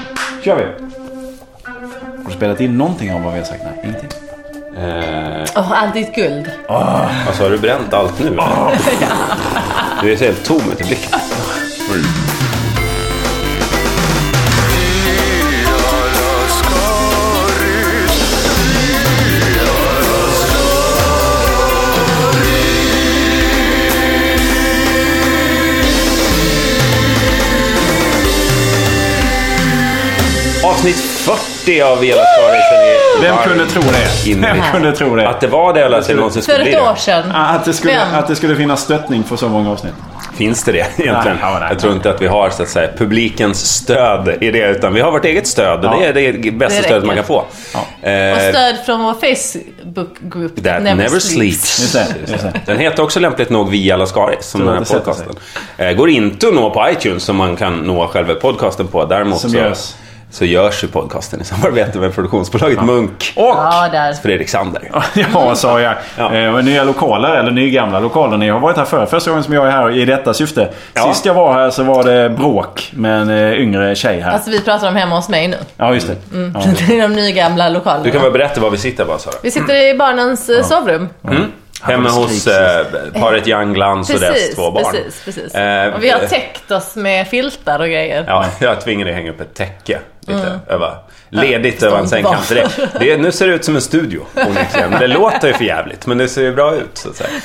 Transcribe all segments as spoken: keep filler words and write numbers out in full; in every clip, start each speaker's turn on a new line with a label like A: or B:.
A: Kör vi. Har du spelat in någonting av vad vi har sagt? Nej, ingenting.
B: Eh... Oh, allt ditt guld.
C: Oh. Alltså har du bränt allt nu? Oh. Du är så helt tom i blicken. Mm. Avsnitt fyrtio av Vela Skarisen.
A: Vem kunde tro det? Vem kunde tro det?
C: Att det var det eller att det någonsin skulle bli det?
B: För ett år sedan.
A: Att det skulle, att det skulle finnas stöttning för så många avsnitt.
C: Finns det det egentligen? Nej, ja, nej, jag tror inte att vi har så att säga publikens stöd i det, utan vi har vårt eget stöd och ja. det är det bästa det stödet man kan få. Ja.
B: Eh, och stöd från vår Facebook-grupp
C: That Never, never Sleeps. Just det, just det. Den heter också lämpligt nog Via Lascaris som den här podcasten. Eh, går inte att nå på iTunes som man kan nå själva podcasten på. Däremot som så... Görs. Så görs ju podcasten i samarbete med produktionsbolaget ja. Munk och ja, Fredrik Sander.
A: Ja, sa jag. Ja. Eh, nya lokaler, eller nya gamla lokaler. Ni har varit här för första gången som jag är här i detta syfte. Ja. Sist jag var här så var det bråk med en uh, yngre tjej här.
B: Alltså vi pratar om hemma hos mig nu.
A: Ja, just det.
B: Mm. Ja. Det är de nya gamla lokalerna.
C: Du kan väl berätta vad vi sitter bara, Sara?
B: Vi sitter i barnens ja. sovrum.
C: Mm. Hemma hos eh, paret Younglands och dess två barn.
B: Precis, precis. Eh, och vi har täckt oss med filtar och grejer.
C: Ja, jag tvingade hänga upp ett täcke lite mm. över, ledigt ja, över en sängkant. Det, det, nu ser det ut som en studio. Men det låter ju för jävligt, men det ser ju bra ut så att säga.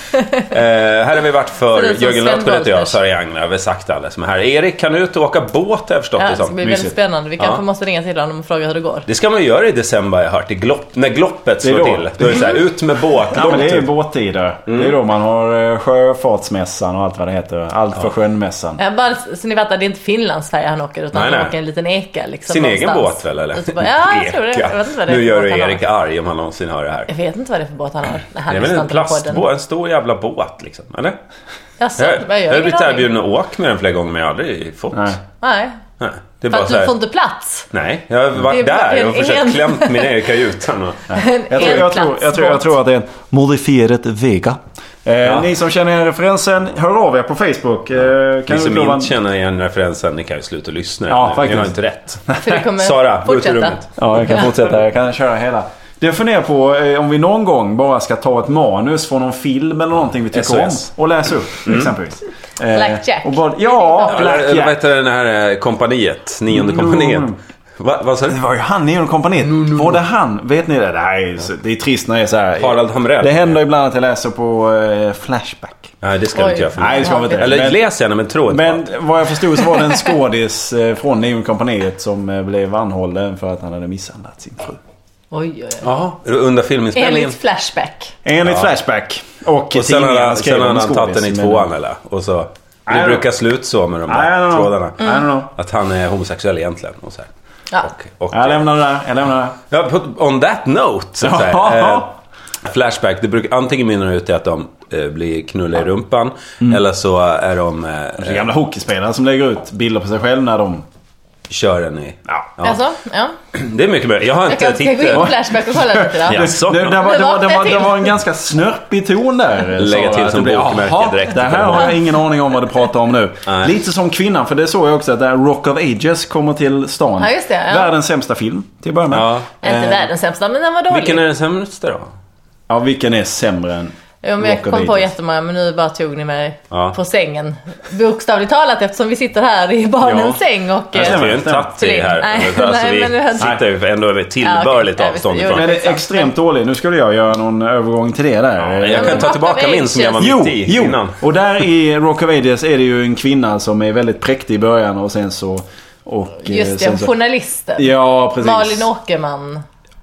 C: Eh, här har vi varit för Jörgen Lötgård och jag, Sara Youngland. Vi har sagt alla som är här. Erik kan ut och åka båt, jag förstått
B: ja,
C: det som.
B: Det blir väldigt spännande. Vi kanske ja. måste ringa till honom och fråga hur det går.
C: Det ska man göra i december, jag har hört. I glopp, när gloppet slår till. Då är det så här, ut med båt.
A: Ja, men det är ju båttider. Mm. Det är då man har sjöfartsmässan och allt vad det heter. Allt för ja. sjönmässan.
B: Ja, bara så ni vet att det är inte Finlandsfärja han åker, utan nej, han nej. åker en liten eka. Liksom,
C: sin
B: någonstans.
C: egen båt väl, eller?
B: Bara, ja, jag tror det. Jag vet inte vad det är.
C: Nu gör du Erik arg om han någonsin hör det här.
B: Jag vet inte vad det är för båt han har.
C: Det, det är väl en plastbåt, en stor jävla båt liksom, eller?
B: Jaså,
C: jag jag har blivit erbjuden att åka med den flera gånger, men jag har aldrig fått.
B: Nej. Nej.
C: Nej. Det är
B: för
C: bara
B: att
C: så här,
B: du får inte plats.
C: Nej, jag har varit där och försökt en... klämt min egen kajutan. Och...
A: jag, tror, jag, tror, jag, tror, jag tror att det är en modifierad Vega. Eh, ja. Ni som känner igen referensen, hör av er på Facebook. Eh, kan
C: ni som
A: inte
C: inte känner igen referensen, ni kan ju sluta lyssna.
A: Ja, faktiskt.
C: Ni har inte rätt.
B: För det kommer
C: Sara, gå ut ur rummet.
A: Ja, jag kan fortsätta. Jag kan köra hela. Det funderar på eh, om vi någon gång bara ska ta ett manus från någon film eller någonting vi tycker S O S. Om och läsa upp, mm. exempelvis.
B: Eh, Blackjack.
A: Och bara, ja, Blackjack.
C: Eller vad heter den här eh, kompaniet? Nionde kompaniet. Mm. Va, vad sa du?
A: Det var ju han i kompaniet. Mm. Var det han? Vet ni det? Nej, det är trist när det är så här.
C: Harald Hamrell.
A: Det händer ibland att jag läser på eh, Flashback.
C: Nej, det ska du inte göra för
A: Nej, det ska man inte.
C: Eller men, läs gärna, men tro inte.
A: Men vad jag förstod så var det en skådis eh, från Nionde kompaniet som eh, blev anhållen för att han hade misshandlat sin fru.
B: Oj, oj, oj.
C: Ja, under filminspelningen.
B: Enligt Flashback.
A: Enligt ja. Flashback. Och,
C: och sen har han, han tagit den i tvåan eller? Och så, det brukar sluta så med de där trådarna.
A: Mm.
C: Att han är homosexuell egentligen. Och så här.
B: Ja.
C: Och, och,
A: jag lämnar det där. Jag lämnar det
C: ja, on that note så att säga, eh, Flashback, det brukar antingen mynna ut i att de eh, blir knulla i rumpan mm. eller så är de... Eh,
A: det är gamla hockeyspelare som lägger ut bilder på sig själv när de...
C: kör den i...
B: Ja. Alltså, ja.
C: Det är mycket mer. Jag har inte tittat...
B: Jag kan gå in på Flashback och kolla lite där.
C: Ja, så.
A: Det, det, det, var, det, var, det, var, det var en ganska snörpig ton där.
C: Lägga till som bokmärke direkt.
A: Det här har jag ingen aning om vad du pratar om nu. Nej. Lite som Kvinnan, för det såg jag också att där Rock of Ages kommer till stan.
B: Ja, just det. Ja.
A: Världens sämsta film, till att börja med.
C: Ja.
B: Inte eh. världens sämsta, men den var dålig.
C: Vilken är den sämsta då?
A: Ja, vilken är sämre än...
B: Jo, men jag kom på jättemånga, men nu bara tog ni mig ja. på sängen. Bokstavligt talat, eftersom vi sitter här i barnens ja. säng och...
C: Jag har ju inte tagit det här. Nej, alltså, nej, vi men sitter ju ändå med tillbörligt ja, okay. avstånd ifrån.
A: Men det är extremt dåligt. Nu skulle jag göra någon övergång till det där.
C: Ja, jag kan ta tillbaka min som jag var
A: jo,
C: mitt i
A: jo.
C: innan.
A: Och där i Rock of Ages är det ju en kvinna som är väldigt präktig i början och sen så... Och,
B: just det,
A: så,
B: journalisten.
A: Ja, precis.
B: Malin Åkerman.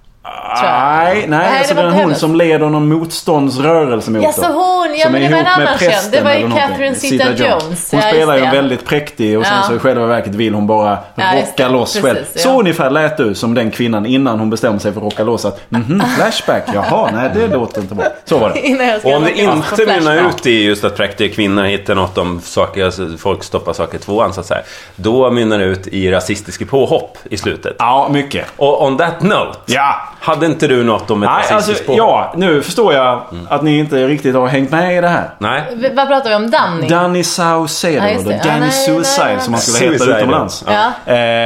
A: Nej, nej, alltså det är hon som leder någon motståndsrörelse mot
B: ja, så hon, ja, men det var en annan känd. Det var ju Catherine Zeta-Jones.
A: Hon
B: ja,
A: spelar ju väldigt präktig och sen ja. så i själva verket vill hon bara ja, rocka loss precis, själv. Ja. Så ungefär lät du som den kvinnan innan hon bestämde sig för att rocka loss att mhm, Flashback, jaha, nej det låter inte bra. Så var det.
C: Och om det inte mynnar ut i just att präktiga kvinnor hittar något om saker, alltså folk stoppar saker tvåan så att säga, då mynnar det ut i rasistiska påhopp i slutet.
A: Ja, mycket.
C: Och on that note,
A: ja.
C: hade inte du något om ett
A: nej, alltså, påhopp? Ja, nu förstår jag mm. att ni inte riktigt har hängt med i det här.
C: Nej.
B: V- vad pratar vi om? Danny?
A: Danny Saucedo, ja, Danny ja, nej, Suicide nej, nej, nej. som han skulle heta utomlands.
B: Ja.
A: Eh,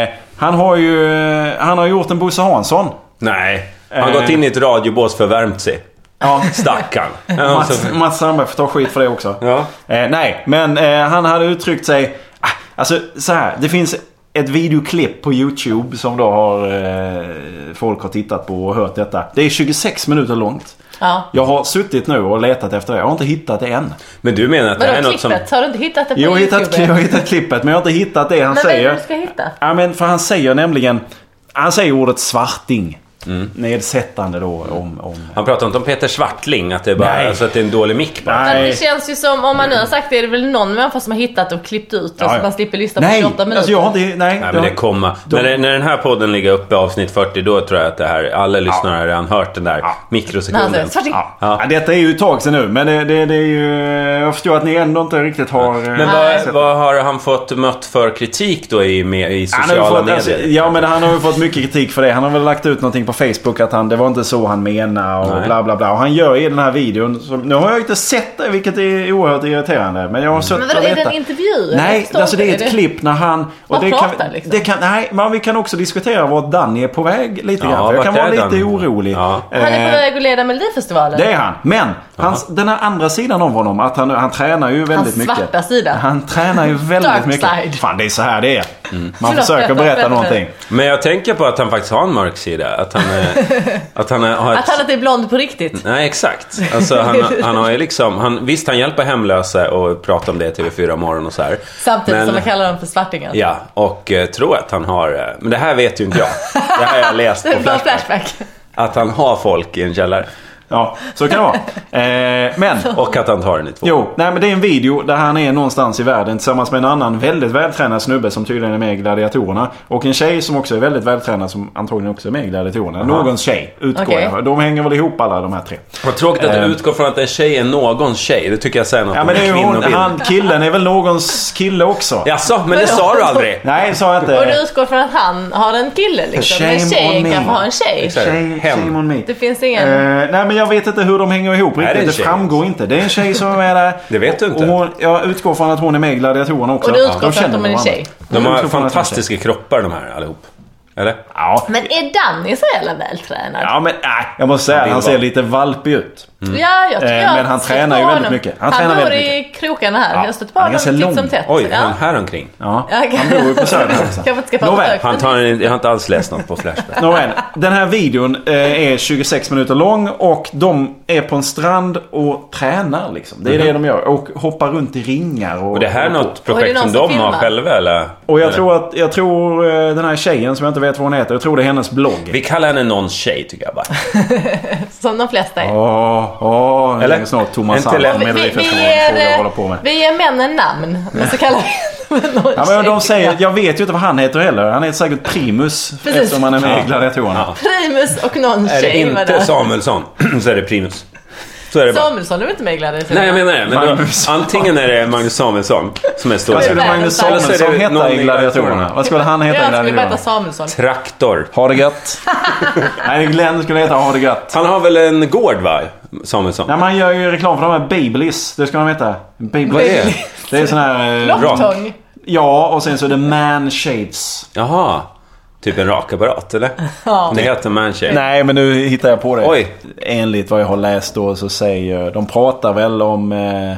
A: Han har ju han har gjort en Bosse Hansson.
C: Nej, han har eh. gått in i ett radiobås för värmt sig. Ja. Stackarn.
A: Mats, Mats Sandberg får ta skit för det också.
C: Ja.
A: Eh, nej, men eh, han hade uttryckt sig... Ah, alltså så här, det finns ett videoklipp på YouTube som då har eh, folk har tittat på och hört detta. Det är tjugosex minuter långt.
B: Ja.
A: Jag har suttit nu och letat efter det. Jag har inte hittat det än.
C: Men du menar att det
B: men
C: är
B: då,
C: något som...
B: Har du inte hittat det på
A: jag har
B: YouTube?
A: hittat, jag har hittat klippet, men jag har inte hittat det han
B: men
A: säger.
B: Men vad är det du ska hitta?
A: Ja, men för han säger nämligen... Han säger ordet svarting. Mm. Nedsättande då om, om...
C: Han pratar inte om Peter Svartling, att det är bara alltså att det är en dålig mick bara.
B: Men det känns ju som, om man nu har sagt det, är det väl någon människa som har hittat och klippt ut och ja, så man slipper lyssna på tjugoåtta minuter.
A: Alltså jag har inte, nej,
C: nej, men det kommer. De... När, när den här podden ligger uppe i avsnitt fyrtio, då tror jag att det här, alla lyssnare har redan hört den där ja. mikrosekunden.
B: Ja.
A: Ja. Ja, detta är ju ett tag sedan nu, men det, det, det är ju... Jag förstår att ni ändå inte riktigt har... Ja.
C: Men vad, vad har han fått mött för kritik då i, med, i sociala
A: fått,
C: medier?
A: Alltså, ja, men han har ju fått mycket kritik för det. Han har väl lagt ut någonting på Facebook att han, det var inte så han menar och nej. bla bla bla. Och han gör i den här videon, som, nu har jag inte sett det, vilket är oerhört irriterande. Men jag har sett
B: men vadå, är det en intervju?
A: Nej, alltså det är ett det? klipp när han...
B: Och det
A: pratar,
B: kan, liksom.
A: det kan, nej, men vi kan också diskutera vart Danny är på väg lite grann. Ja, jag kan vara lite Danny? orolig.
B: Ja. Han är på väg att leda Melodifestivalen.
A: Det är han. Men hans, den här andra sidan av honom, att han, han tränar ju väldigt
B: hans
A: mycket.
B: Hans svarta sida.
A: Han tränar ju väldigt mycket. Side. Fan, det är så här det är. Mm. Man försöker berätta någonting.
C: Men jag tänker på att han faktiskt har en mörk sida. Att han är, att han är, har ett...
B: Att han inte är blond på riktigt.
C: Nej, exakt. Alltså, han, han har ju liksom... Han, visst, han hjälper hemlösa och pratar om det till T V fyra morgon och så här.
B: Samtidigt
C: men,
B: som man kallar dem för svartingar.
C: Ja, och eh, tror att han har... Men det här vet ju inte jag. Det här har jag läst på Flashback. flashback. Att han har folk i en källare.
A: Ja, så kan det vara. Eh, men...
C: Och att han tar den i två.
A: Jo, nej men det är en video där han är någonstans i världen tillsammans med en annan väldigt vältränad snubbe som tydligen är med i Gladiatorerna. Och en tjej som också är väldigt vältränad som antagligen också är med i Gladiatorerna. Aha. Någons tjej, utgår okay. jag. De hänger väl ihop alla de här tre.
C: Vad tråkigt att du eh. utgår från att en tjej är någons tjej. Det tycker jag säger något.
A: Ja, men det är ju hon, han, killen är väl någons kille också.
C: Jaså, men, men det sa du aldrig.
A: Nej, det sa jag inte.
B: Och du utgår från att han har en kille liksom. En tjej kan få ha en tjej.
A: Shame, shame on me.
B: Det finns ingen...
A: Eh, nej, men jag vet inte hur de hänger ihop riktigt. Det, det framgår inte. Det är en tjej som är där.
C: Det vet du inte.
A: Och hon, jag utgår från att hon är med i Gladiatorerna också.
B: Och du utgår från att de är en tjej.
C: De har fantastiska kroppar de här allihop. Eller?
A: Ja.
B: Men är Danny så jävla vältränad?
A: Ja, men nej, jag måste säga han, han ser lite valpig ut.
B: Mm. Ja, jag tycker
A: eh, Men han tränar ju väldigt mycket. Han, han
B: bor i krokarna här. Ja. Jag stött på
A: honom titt
B: som tätt.
C: Oj,
B: ja.
C: han här omkring.
A: Ja, han bor ju på Söder också.
C: Nåväl, han tar en, jag har inte alls läst något på Flashback.
A: Nåväl, den här videon eh, är tjugosex minuter lång och de är på en strand och tränar liksom. Det är mm. det de gör. Och hoppar runt i ringar. Och,
C: och det här är något projekt som, som de har själva eller?
A: Och jag
C: eller?
A: tror att jag tror eh, den här tjejen som jag inte vet vad hon heter. Jag tror det är hennes blogg.
C: Vi kallar henne någon tjej tycker jag bara.
B: Som de flesta är.
A: Åh, åh. Eller snart Thomas Sand.
B: Vi, vi, vi, vi, vi ger männen namn. Men så kallar vi någon
A: ja, men de säger, jag vet ju inte vad han heter heller. Han heter säkert Primus. Precis. Eftersom han är med i Gladiatorerna.
B: Ja. Primus och någon
C: är
B: tjej.
C: Är det inte Samuelsson så är det Primus. Så är det bara.
B: Samuelsson är inte med i Gladiatorerna.
C: Nej, jag menar det. Men då, antingen är det Magnus Samuelsson som är stor.
A: Vad skulle Magnus Samuelsson heta i Gladiatorerna? Vad skulle han heta i Gladiatorerna?
B: Jag skulle heta Samuelsson.
C: Traktor.
A: Ha det gött. Nej, Glenn skulle heta Ha det gött.
C: Han har väl en gård, va? Samuelsson.
A: Nej, man gör ju reklam för de här Babyliss. Det ska man veta. Babyliss.
C: Vad är det?
A: Det är sån här...
B: Locktång.
A: Ja, och sen så är det man shades.
C: Jaha. Typ en rakapparat, eller?
B: Ja.
C: Det heter manshade.
A: Nej, men nu hittar jag på det.
C: Oj.
A: Enligt vad jag har läst då så säger... De pratar väl om... Eh,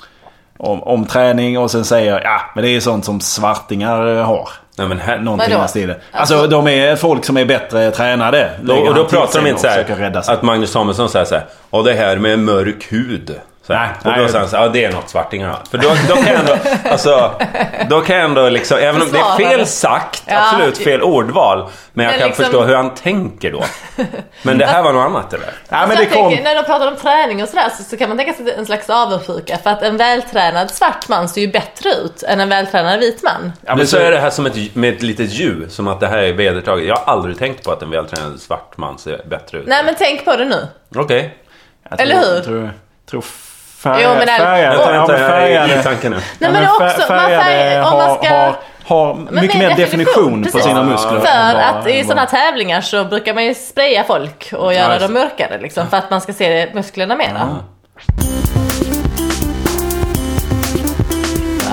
A: om, om träning och sen säger... Ja, men det är sånt som svartingar har.
C: Nej, men här,
A: någonting i stilen. Alltså, alltså de är folk som är bättre tränade.
C: Då, och då pratar de inte så här att Magnus Samuelsson säger så här. Och det här med mörk hud. Så nej, och då säger han så här, ja, det är något svartingar har. För då, då kan jag ändå, alltså, då kan jag ändå liksom, även om det är fel sagt, ja, absolut fel ordval, men jag men kan liksom... förstå hur han tänker då. Men det här var något annat, eller?
B: Ja, men det kom... tänker, när de pratar om träning och sådär så, så kan man tänka sig en slags avundsjuka. För att en vältränad svart man ser ju bättre ut än en vältränad vit man.
C: Ja, men så är det här som ett, med ett litet djur, som att det här är vedertaget. Jag har aldrig tänkt på att en vältränad svart man ser bättre ut.
B: Nej, men tänk på det nu.
C: Okej.
B: Okay. Eller hur?
A: Jag tror... tror färg,
B: jo, men det är...
A: färgade,
C: vänta, vänta, färgade, i tanken nu.
B: Nej, men också, färgade
A: om man ska... har, har mycket mer definition, definition på sina muskler.
B: För att i sådana tävlingar så brukar man ju spraya folk och göra dem mörkare liksom, för att man ska se musklerna mera. Ja.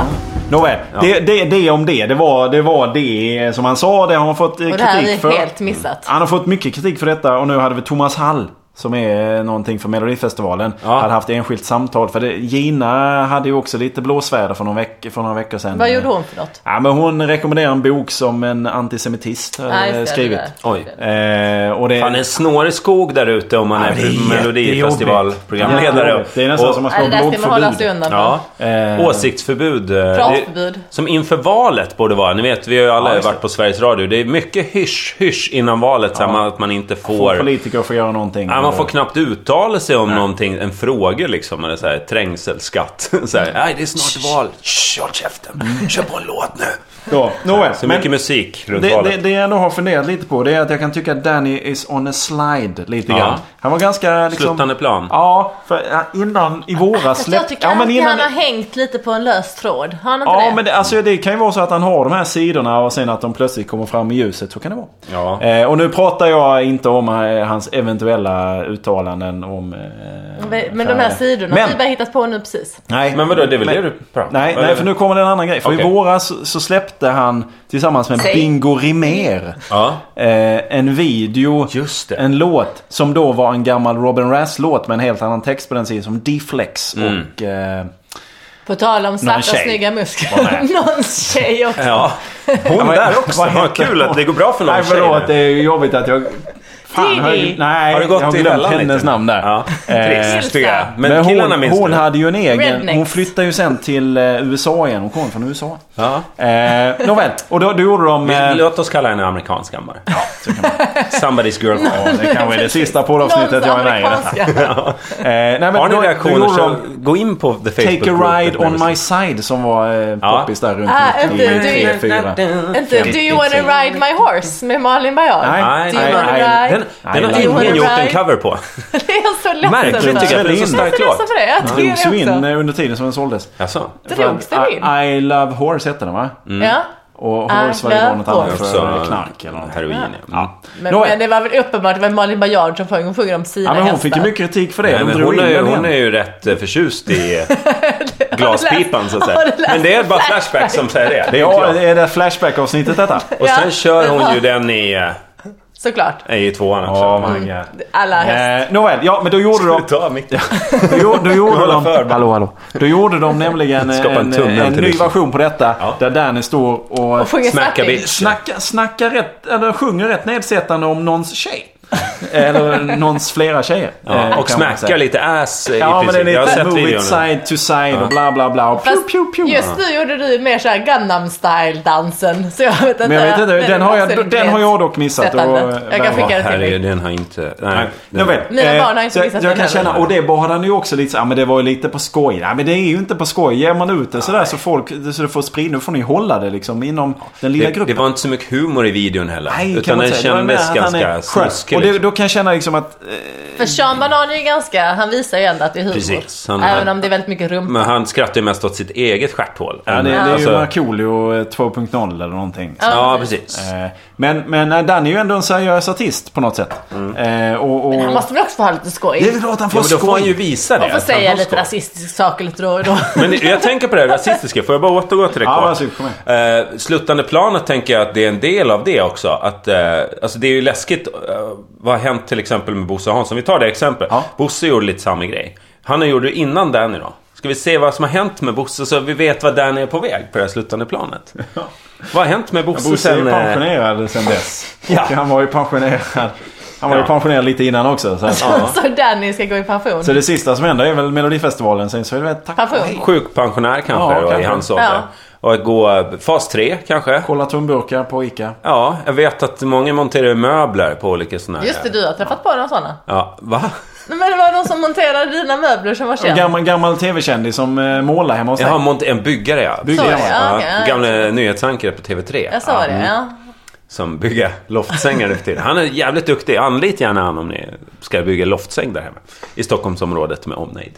A: Nåväl,
C: Ja.
A: det, det, det om det. Det var, det var det som han sa. Det har han fått kritik
B: och det här är
A: för.
B: helt missat.
A: Han har fått mycket kritik för detta. Och nu hade vi Thomas Hall, som är någonting för Melodifestivalen,
C: Ja.
A: hade haft enskilt samtal. För det, Gina hade ju också lite blåsväder för, någon veck, för några veckor sedan.
B: Vad gjorde hon för något?
A: Ja, men hon rekommenderar en bok som en antisemitist har
B: Ja, just det,
A: skrivit.
B: det
C: Oj.
A: Eh, och det,
C: Han är en snårig skog där ute om man
A: Ja,
C: är
A: det är
C: Melodifestivalprogramledare.
A: Ja, det är nästan
C: Och-
A: som att
B: Nej,
A: man
B: det
A: ska ha
B: där ska man hålla sig
A: bloggförbud.
B: undan från.
C: Ja,
A: Eh,
C: åsiktsförbud. eh,
B: Pratförbud.
C: det- Som inför valet borde vara. Ni vet, vi har ju alla
A: Ja, just det.
C: varit på Sveriges Radio. Det är mycket hysch, hysch innan valet. Så
A: Ja.
C: att man inte
A: får
C: får...
A: politiker få göra någonting.
C: Ja, man får knappt uttala sig om någonting, en fråga liksom, eller så här, trängselskatt. Så här, nej, det är snart val. Shh, håll käften. Kör på en låt nu.
A: Ja, nåväl.
C: Så
A: Men
C: mycket musik runt
A: det,
C: valet.
A: det, det jag ändå har funderat lite på, det är att jag kan tycka att Danny is on a slide lite
C: Ja.
A: grann. Han var ganska liksom...
C: Sluttande plan.
A: Ja, för ja, innan i våras...
B: Fast jag tycker
A: ja, men
B: alltid
A: innan...
B: han har hängt lite på en lös tråd. Har han inte
A: Ja,
B: det?
A: men det, alltså, det kan ju vara så att han har de här sidorna och sen att de plötsligt kommer fram i ljuset. Så kan det vara.
C: Ja.
A: Eh, och nu pratar jag inte om eh, hans eventuella uttalanden om... Eh,
B: Men de här sidorna
A: Men-
B: har vi bara hittat på nu precis.
A: Nej,
C: Men vadå, det är väl
A: men-
C: det du pratar om?
A: Nej,
C: Eller?
A: nej, för nu kommer det en annan grej. För
C: Okej.
A: i våras så- så släppte han tillsammans med
B: Säg.
A: Bingo Rimér
C: Ja.
A: eh, en video,
C: Just det.
A: en låt som då var en gammal Robin Rass-låt med en helt annan text på den sidan som D-Flex
C: Mm.
A: och... Eh,
B: På tal om svarta
A: tjej.
B: snygga
A: Var
B: muskler.
A: med.
B: Någons tjej också.
C: Ja. Hon
A: vad-
C: där också.
A: vad
C: Vad
A: heter
C: kul
A: hon?
C: att det går bra för någon
A: nej,
C: tjej.
A: förlåt,
C: där.
A: det är ju jobbigt att jag... Fan, har jag,
B: Diddy.
A: nej,
C: Har du gått
A: jag har
C: i
A: glömt
C: fällan
A: hennes
C: lite?
A: namn där.
C: Ja.
A: Eh,
C: Trist tycker jag. Men,
A: Men
C: killarna
A: hon,
C: minns
A: hon
C: det.
A: hade ju en egen...
B: Rednecks.
A: Hon flyttade ju sen till eh, U S A igen. Hon kom från U S A.
C: Ja.
A: Eh, nåväl, och då, då gjorde de... Eh,
C: Vi, låt oss kalla henne amerikansk gammal.
A: ja, så kan man.
C: Somebody's girl.
A: Ja, det kanske är det sista poddavsnittet jag är med i.
B: amerikanska.
A: Eh, nej, men
C: Har ni
A: då- då
C: reaktioner
A: gjorde
C: så
A: de
C: gå in på the Facebook
A: Take a
C: group.
A: ride on my side som var eh,
C: Ja.
A: poppis där runt
B: Ah, inte
A: nittiotre,
B: du-
A: fyra.
B: Inte Do you wanna ride my horse med Malin Baryard?
A: Nej.
C: Nej,
B: Do you
C: nej,
B: wanna
A: nej.
B: ride?
C: Den, den har
A: Nej,
C: ingen
B: nej.
C: gjort en
B: Ride.
C: cover på.
B: Det är jag så ledsen
C: Märkligt
B: för.
C: tycker jag. Det är så
A: in.
C: stark
B: Jag är så
C: låt.
B: ledsen för det. Jag
A: Den
B: tycker
A: drogs ju
B: det
A: in
B: också.
A: eh, under tiden som den såldes.
C: Jaså?
B: Drogs den in?
A: I, I Love Horse hette den, va?
B: Ja.
A: Och
B: I
A: Horse var ju bara
B: love
A: något annat
B: horse.
A: för knark eller något.
C: Heroin, ja.
A: Ja.
B: Men,
A: Nåväl.
B: men det var väl uppenbart, det var Malin Baryard som sjöng, sjunger om sina
A: Ja, men hon
B: hästar.
A: fick ju mycket kritik för det.
C: Nej,
A: De
C: men
A: drog
C: hon,
A: in
C: är, ju-
A: den
C: hon är
A: igen.
C: ju rätt eh, förtjust i eh, glaspipan så att
B: Har
C: säga.
B: du läst
C: Men det är bara
B: Flashback?
C: Flashback som säger det.
A: Det
C: Ja.
A: är, är det Flashback-avsnittet detta?
C: Och sen
B: Ja,
C: kör
B: det
C: hon
B: var-
C: ju den i, eh,
B: Såklart.
C: i tvåan också.
A: Ja, my God.
B: Alla hästar.
A: Eh, Nåväl, ja men då gjorde de...
C: Ta mitt.
A: Då, gjorde- då gjorde
C: Hålla
A: de...
C: för.
A: Hallå, hallå. Då gjorde de nämligen
C: Skapa en
A: en,
C: tunnel
A: en
C: till
A: ny
C: lyssnarna.
A: version på detta.
C: Ja.
A: Där Danny står och...
B: Och sjunger
C: Smacka
B: snapping.
C: bitch.
A: Snacka, snackar rätt, eller sjunger rätt nedsättande om någons tjej. Eller någons flera tjejer.
C: Ja,
A: eh,
C: och
A: kan man
C: smackar
A: säga.
C: lite ass i
A: Ja, men det är
C: princip. Jag har
A: lite
C: sett
A: move
C: videon
A: it
C: nu.
A: side to side och bla bla bla. Och pew,
B: Fast
A: pew, pew.
B: just nu gjorde du mer såhär Gangnam style-dansen. Så jag vet inte.
A: Men jag vet inte,
B: Men
A: den har
B: också
A: jag,
B: lite
A: den har jag dock missat. Och,
B: sättande. Jag kan skicka det till
C: Herregud,
B: dig.
C: den har inte... Nej,
A: Nej,
C: den-
A: jag vet.
B: Mina
A: Eh,
B: barn har inte
A: så jag,
B: missat
A: jag
B: den
A: kan
B: heller.
A: känna, och det bad han ju också lite så, ja, men det var ju lite på skoj. Nej, men det är ju inte på skoj. Ger man ut det sådär så folk, så det får sprid, nu får ni hålla det liksom inom den lilla
C: Det,
A: gruppen.
C: det var inte så mycket humor i videon heller.
A: Nej, kan
C: utan
A: man
C: den
A: säga. Det var mer
C: kändes
A: att han är
C: ganska
A: skön.
C: snuskig.
A: Och det,
C: liksom.
A: då kan jag känna liksom att... Eh,
B: För Sean Banan är ju ganska, han visar ju ändå att det är humor.
C: Precis, han-
B: Även
C: han-
B: om det är väldigt mycket rumpa.
C: Men han skrattar ju mest åt sitt eget stjärthål.
A: ja, det, det är ju
C: Alltså-
A: Markoolio två punkt noll eller någonting. Så.
C: Ja, precis.
A: Eh, Men, men eh, Dan är ju ändå en seriös artist på något sätt. Eh, och, och...
B: Men han måste väl också få ha lite skoj?
A: Det är väl klart han får
C: Ja, men då får han ju
A: skoj.
C: visa det.
B: Man får
C: att han
B: säga
C: har
B: lite
C: skoj.
B: rasistiska saker lite då och då.
C: Men det- jag tänker på det här rasistiska. Får jag bara återgå till det
A: Ja,
C: kort?
A: varsågod, kom igen.
C: Eh, sluttande planet tänker jag att det är en del av det också. Att, eh, alltså det är ju läskigt. Eh, vad har hänt till exempel med Bosse Hansson? Vi tar det exempel.
A: Ja.
C: Bosse gjorde lite samma grej. Han har gjort det innan Danny då. Ska vi se vad som har hänt med Bosse så vi vet vad Danny är på väg på det här sluttande planet. Vad har hänt med Bosse,
A: Bosse är ju
C: sen... eh,
A: pensionerad sen dess.
C: Ja.
A: Och han var ju pensionerad. Han var ju
C: Ja.
A: pensionerad lite innan också. Så, att,
C: Ja.
B: Så Danny ska gå i pension.
A: så det sista som händer är väl Melodifestivalen. Sen så är det väl tack och
B: Pension.
A: hej.
C: Sjukpensionär kanske,
A: Ja,
C: då, i
A: kanske.
C: hans ålder.
B: Ja.
C: Och att gå eh, fas tre kanske.
A: Kolla tumburkar på Ica.
C: Ja, jag vet att många monterar möbler på olika sådana här...
B: Just det, du har träffat på några sådana.
C: Ja, va?
B: Nej, men det var någon som monterade dina möbler som var
A: En
B: känd.
A: gammal, gammal tv-kändis som eh, målar hemma hos dig.
C: Jaha, mont- en byggare ja.
A: Byggare,
B: Så,
A: ja.
B: ja, okej, ja,
C: Gamla
B: jag
C: nyhetsankare på T V tre.
B: Jag sa det,
C: Mm.
B: ja.
C: Som bygger loftsängar efter det. Han är jävligt duktig. Anlit gärna han om ni ska bygga loftsäng där hemma. I Stockholmsområdet med omnejd.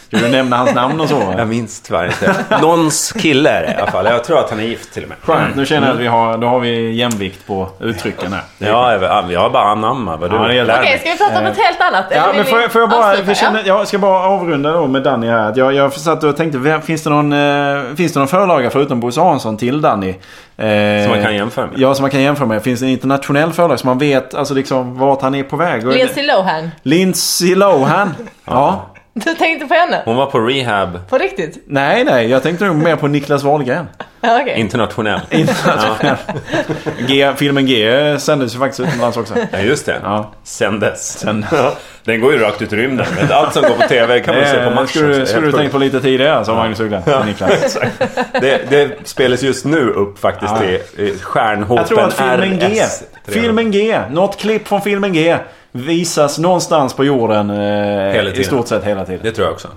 A: Ska du nämna hans namn och så?
C: Jag minns tyvärr inte. Någons kille är det, i alla fall. Jag tror att han är gift till och med.
A: Skönt, nu känner jag att vi har, då har vi jämvikt på uttrycken här.
C: Ja, jag, jag har bara anamma vad du
A: ja,
C: lär
B: Okej, ska vi prata om något helt annat?
A: Ja, men får jag, får jag bara, för känner, jag ska bara avrunda då med Danny här. Jag, jag satt och tänkte, finns det någon, eh, finns det någon förlaga förutom Bosse Hansson till Danny? Eh,
C: som man kan jämföra med?
A: Ja, som man kan jämföra med. Finns det en internationell förlag som man vet alltså liksom vart han är på väg?
B: Lindsay Lohan.
A: Lindsay Lohan? Ja.
B: Du tänkte på henne?
C: Hon var på rehab.
B: På riktigt?
A: Nej, nej. Jag tänkte nog mer på Niklas Wahlgren.
B: Ja, okay.
C: Internationell.
A: Internationell. G, filmen G sändes ju faktiskt utomlands också.
C: Ja, just det.
A: Ja.
C: Sändes.
A: Sen.
C: Den går ju rakt ut i rymden. Men allt som går på tv kan man se på matchen.
A: Skulle du, skulle du tänkt på lite tidigare, sa Magnus Uggla.
C: Ja. det, det spelas just nu upp faktiskt ja. i Stjärnhopen.
A: Jag tror att filmen G,
C: R S.
A: filmen G, något klipp från filmen G visas någonstans på jorden eh, i stort sett hela tiden.
C: Det tror jag också.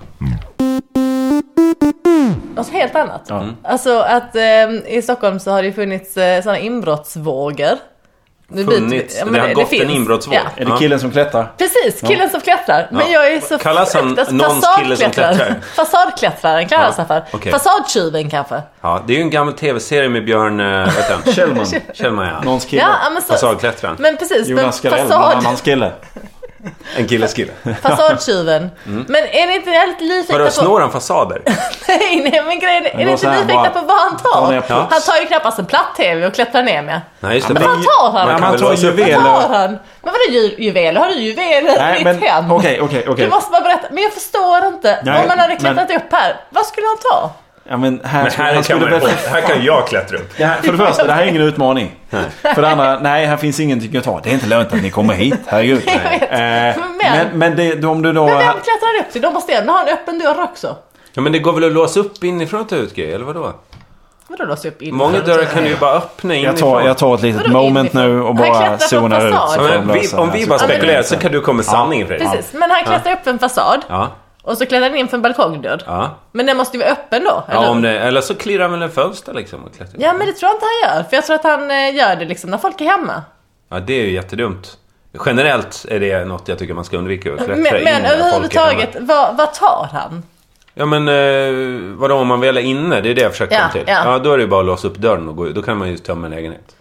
B: Något helt annat.
A: Ja.
B: Alltså att eh, i Stockholm så har det funnits eh, sådana inbrottsvågor.
C: Det, funnits, ja, det har det, gått det en inbrottsvåg.
A: Ja. Är det killen som klättrar?
B: Precis, killen ja. som klättrar. Men ja. jag är så
C: kallas han någons kille som klättrar?
B: Fasadklättraren kallas han
C: ja.
B: för.
C: Okay.
B: Fasadtjuven kanske.
C: Ja, det är ju en gammal tv-serie med Björn äh,
A: Kjellman.
C: Kjellman, ja.
A: Någons kille.
B: Ja, men så,
C: fasadklättraren.
B: Men precis,
A: Jonas
B: men
A: Garell,
B: fasad...
A: en annans kille.
C: En killes kille.
B: Fasadtjuven. Mm. Men är ni inte helt nyfikna på...
C: Vadå, snor han fasader?
B: nej, nej, men grejen är, är ni inte nyfikna bara... på vad han tar? Ja. Han tar ju knappast en platt-tv och klättrar ner med.
C: Nej, just det.
B: Ja, men vad tar han?
A: Man, man tar juveler.
B: Vad tar han? Men vadå ju, juveler? Har du juveler nej, i ditt hem?
A: Okej, okej, okej.
B: Du måste bara berätta. Men jag förstår inte. Nej, om man hade klättrat men... upp här, vad skulle han ta?
A: Ja, men här,
C: men här, kan man, väl... här kan jag klättra upp.
A: Ja, för det första, det här är ingen utmaning. Nej. För det andra, nej, här finns ingenting att ta. Det är inte lönt att ni kommer hit. Herregud.
B: Nej.
A: Eh, men men det, om du då...
B: Men vem klättrar upp till? De måste ändå ha en öppen dörr också.
C: Ja, men det går väl att låsa upp inifrån till utgrej, eller vadå?
B: Vadå låsa upp inifrån?
C: Många dörrar kan du ju bara öppna inifrån.
A: Jag tar, jag tar ett litet vadå moment inifrån? Nu och bara zonar ut.
C: Ja, men vi, om vi bara spekulerar så kan du komma sanningen för det.
B: Precis, men han klättrar upp en fasad. Ja. Och så klättrar han in för en balkongdörr. Ja. Men den måste ju vara öppen då.
C: Eller, ja, om det, eller så klirrar han väl en fönster liksom. Och
B: ja, men det tror jag inte han gör. För jag tror att han eh, gör det liksom när folk är hemma.
C: Ja, det är ju jättedumt. Generellt är det något jag tycker man ska undvika. Att
B: men men överhuvudtaget, vad, vad tar han?
C: Ja, men eh, vadå om man väl är inne? Det är det jag försöker
B: ja,
C: komma till.
B: Ja.
C: ja, då är det bara att låsa upp dörren och gå ut. Då kan man ju tömma en lägenhet.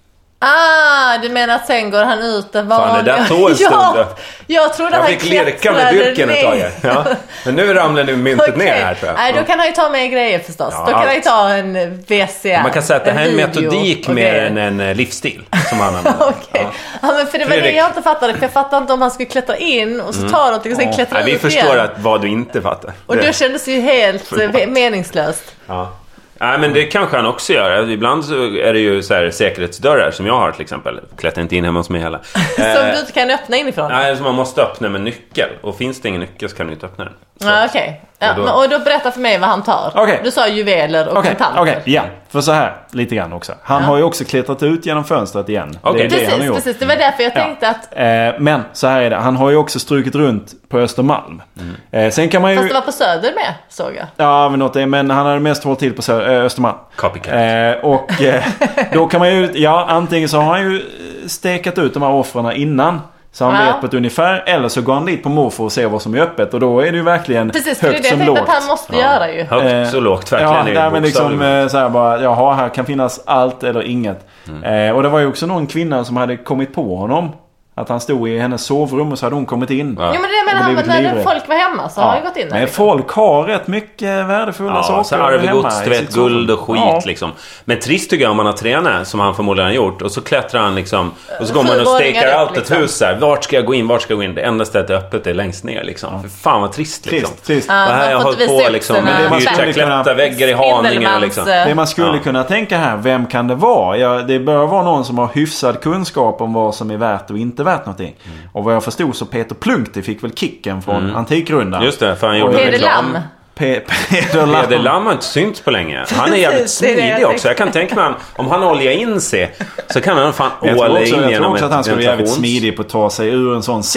B: Ah, du menar att sen går han ut en vanlig...
C: Fan, det där tog en stund.
B: ja, jag trodde
C: jag
B: han
C: fick lirka med burken ett tag. Ja. Men nu ramlar nu myntet okay. ner här, tror jag.
B: Nej, då kan han ju ta med grejer förstås. Ja, då kan allt. han ju ta en V C R.
C: Man kan säga att det här är en metodik mer än en livsstil som han använder.
B: Okej. Okay. Ja. ja, men för det var Fredrik. det jag inte fattade. För jag fattade inte om han skulle klättra in och så mm. ta någonting och sen klättra
C: ja,
B: ut
C: vi förstår
B: igen.
C: Att vad du inte fattar.
B: Och det. Då kändes det ju helt meningslöst.
C: Ja. Nej, men det kanske han också gör. Ibland så är det ju så här säkerhetsdörrar som jag har till exempel. Klättrar inte in hemma hos mig heller.
B: Som du inte kan öppna inifrån?
C: Nej, så man måste öppna med nyckel. Och finns det ingen nyckel så kan du inte öppna den. Så.
B: Ja, okej. Okay. Ja, och, då... och då berätta för mig vad han tar.
A: Okay.
B: Du sa juveler och
A: okay.
B: kontanter.
A: Okej, okay. ja. För så här, lite grann också. Han ja. har ju också klättrat ut genom fönstret igen.
C: Okay.
A: Det är
B: precis,
A: det han har gjort.
B: precis. Det var därför jag tänkte
A: ja.
B: att...
A: Eh, men, så här är det. Han har ju också strukit runt på Östermalm. Mm. Eh, sen kan man ju...
B: Fast det var på Söder med, såg jag.
A: Ja, men, något är, men han hade mest hållit till på Söder, äh, Östermalm.
C: Copycat.
A: Eh, och eh, då kan man ju... Ja, antingen så har han ju stekat ut de här offrarna innan. Så han ja. vet på ett ungefär. Eller så går han dit på morfar och ser vad som är öppet. Och då är det ju verkligen
B: precis,
A: högt
B: det
A: som
B: lågt.
A: lågt.
B: Precis, det är det jag tänkte att han måste
C: ja.
B: göra ju.
C: Högt så lågt, verkligen.
A: Ja, men liksom eh, så här bara, jaha, här kan finnas allt eller inget. Mm. Eh, och det var ju också någon kvinna som hade kommit på honom. Att han stod i hennes sovrum och så hade hon kommit in.
B: Ja, ja men det menar han, när livrädd. folk var hemma så ja. har han gått in där.
A: Men folk har rätt mycket värdefulla
C: ja,
A: saker
C: så arvegods, du vet, guld och skit ja. liksom. Men trist tycker jag om man har tränat som han förmodligen har gjort. Och så klättrar han liksom. Och så går man och stekar allt liksom. Ett hus här. Vart ska jag gå in, vart ska jag gå in? Det enda stället är öppet är längst ner liksom. Ja. För fan vad trist liksom.
A: Trist, trist.
C: Ja, det här jag har hållit på liksom. Med klättra väggar i Haninge liksom.
A: Det man skulle ja. kunna tänka här, vem kan det vara? Ja, det bör vara någon som har hyfsad kunskap om vad som är värt och inte värt någonting. Mm. Och vad jag förstod så Peter Plunkt fick väl kicken från mm. Antikrundan.
C: Just det, för han gjorde
B: Peder Lam.
A: Pe- Peder Lam.
C: Peder Lam har inte synts på länge. Han är jävligt smidig också. Jag kan tänka mig om han oljar in sig så kan han fan åla in genom ett
A: jag tror också att han skulle vara jävligt smidig på att ta sig ur en sån sits.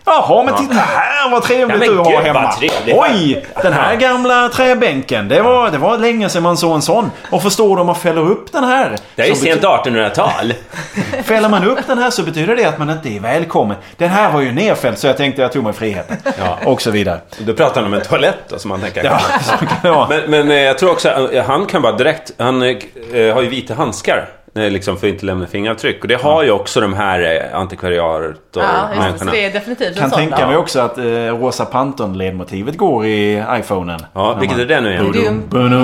A: Jaha, men titta här vad trevligt
C: ja,
A: du har
C: gud,
A: hemma. Oj, den här gamla träbänken. Det var, det var länge sedan man såg en sån. Och förstår de att fälla upp den här.
C: Det är ju sent artonhundratal.
A: Fäller man upp den här så betyder det att man inte är välkommen. Den här var ju nerfälld så jag tänkte jag tog mig friheten. Ja. Och så vidare.
C: Du pratar om en toalett då, som man tänker.
A: Ja, så kan det vara.
C: Men, men jag tror också han kan bara direkt. Han eh, har ju vita handskar. Liksom för att inte lämna fingeravtryck. Och det har ju också de här antikvariator
B: ja, människorna. Det är definitivt
A: kan tänka sån. mig också att eh, Rosa Panton-ledmotivet går i iPhonen.
C: Ja, vilket är det nu igen?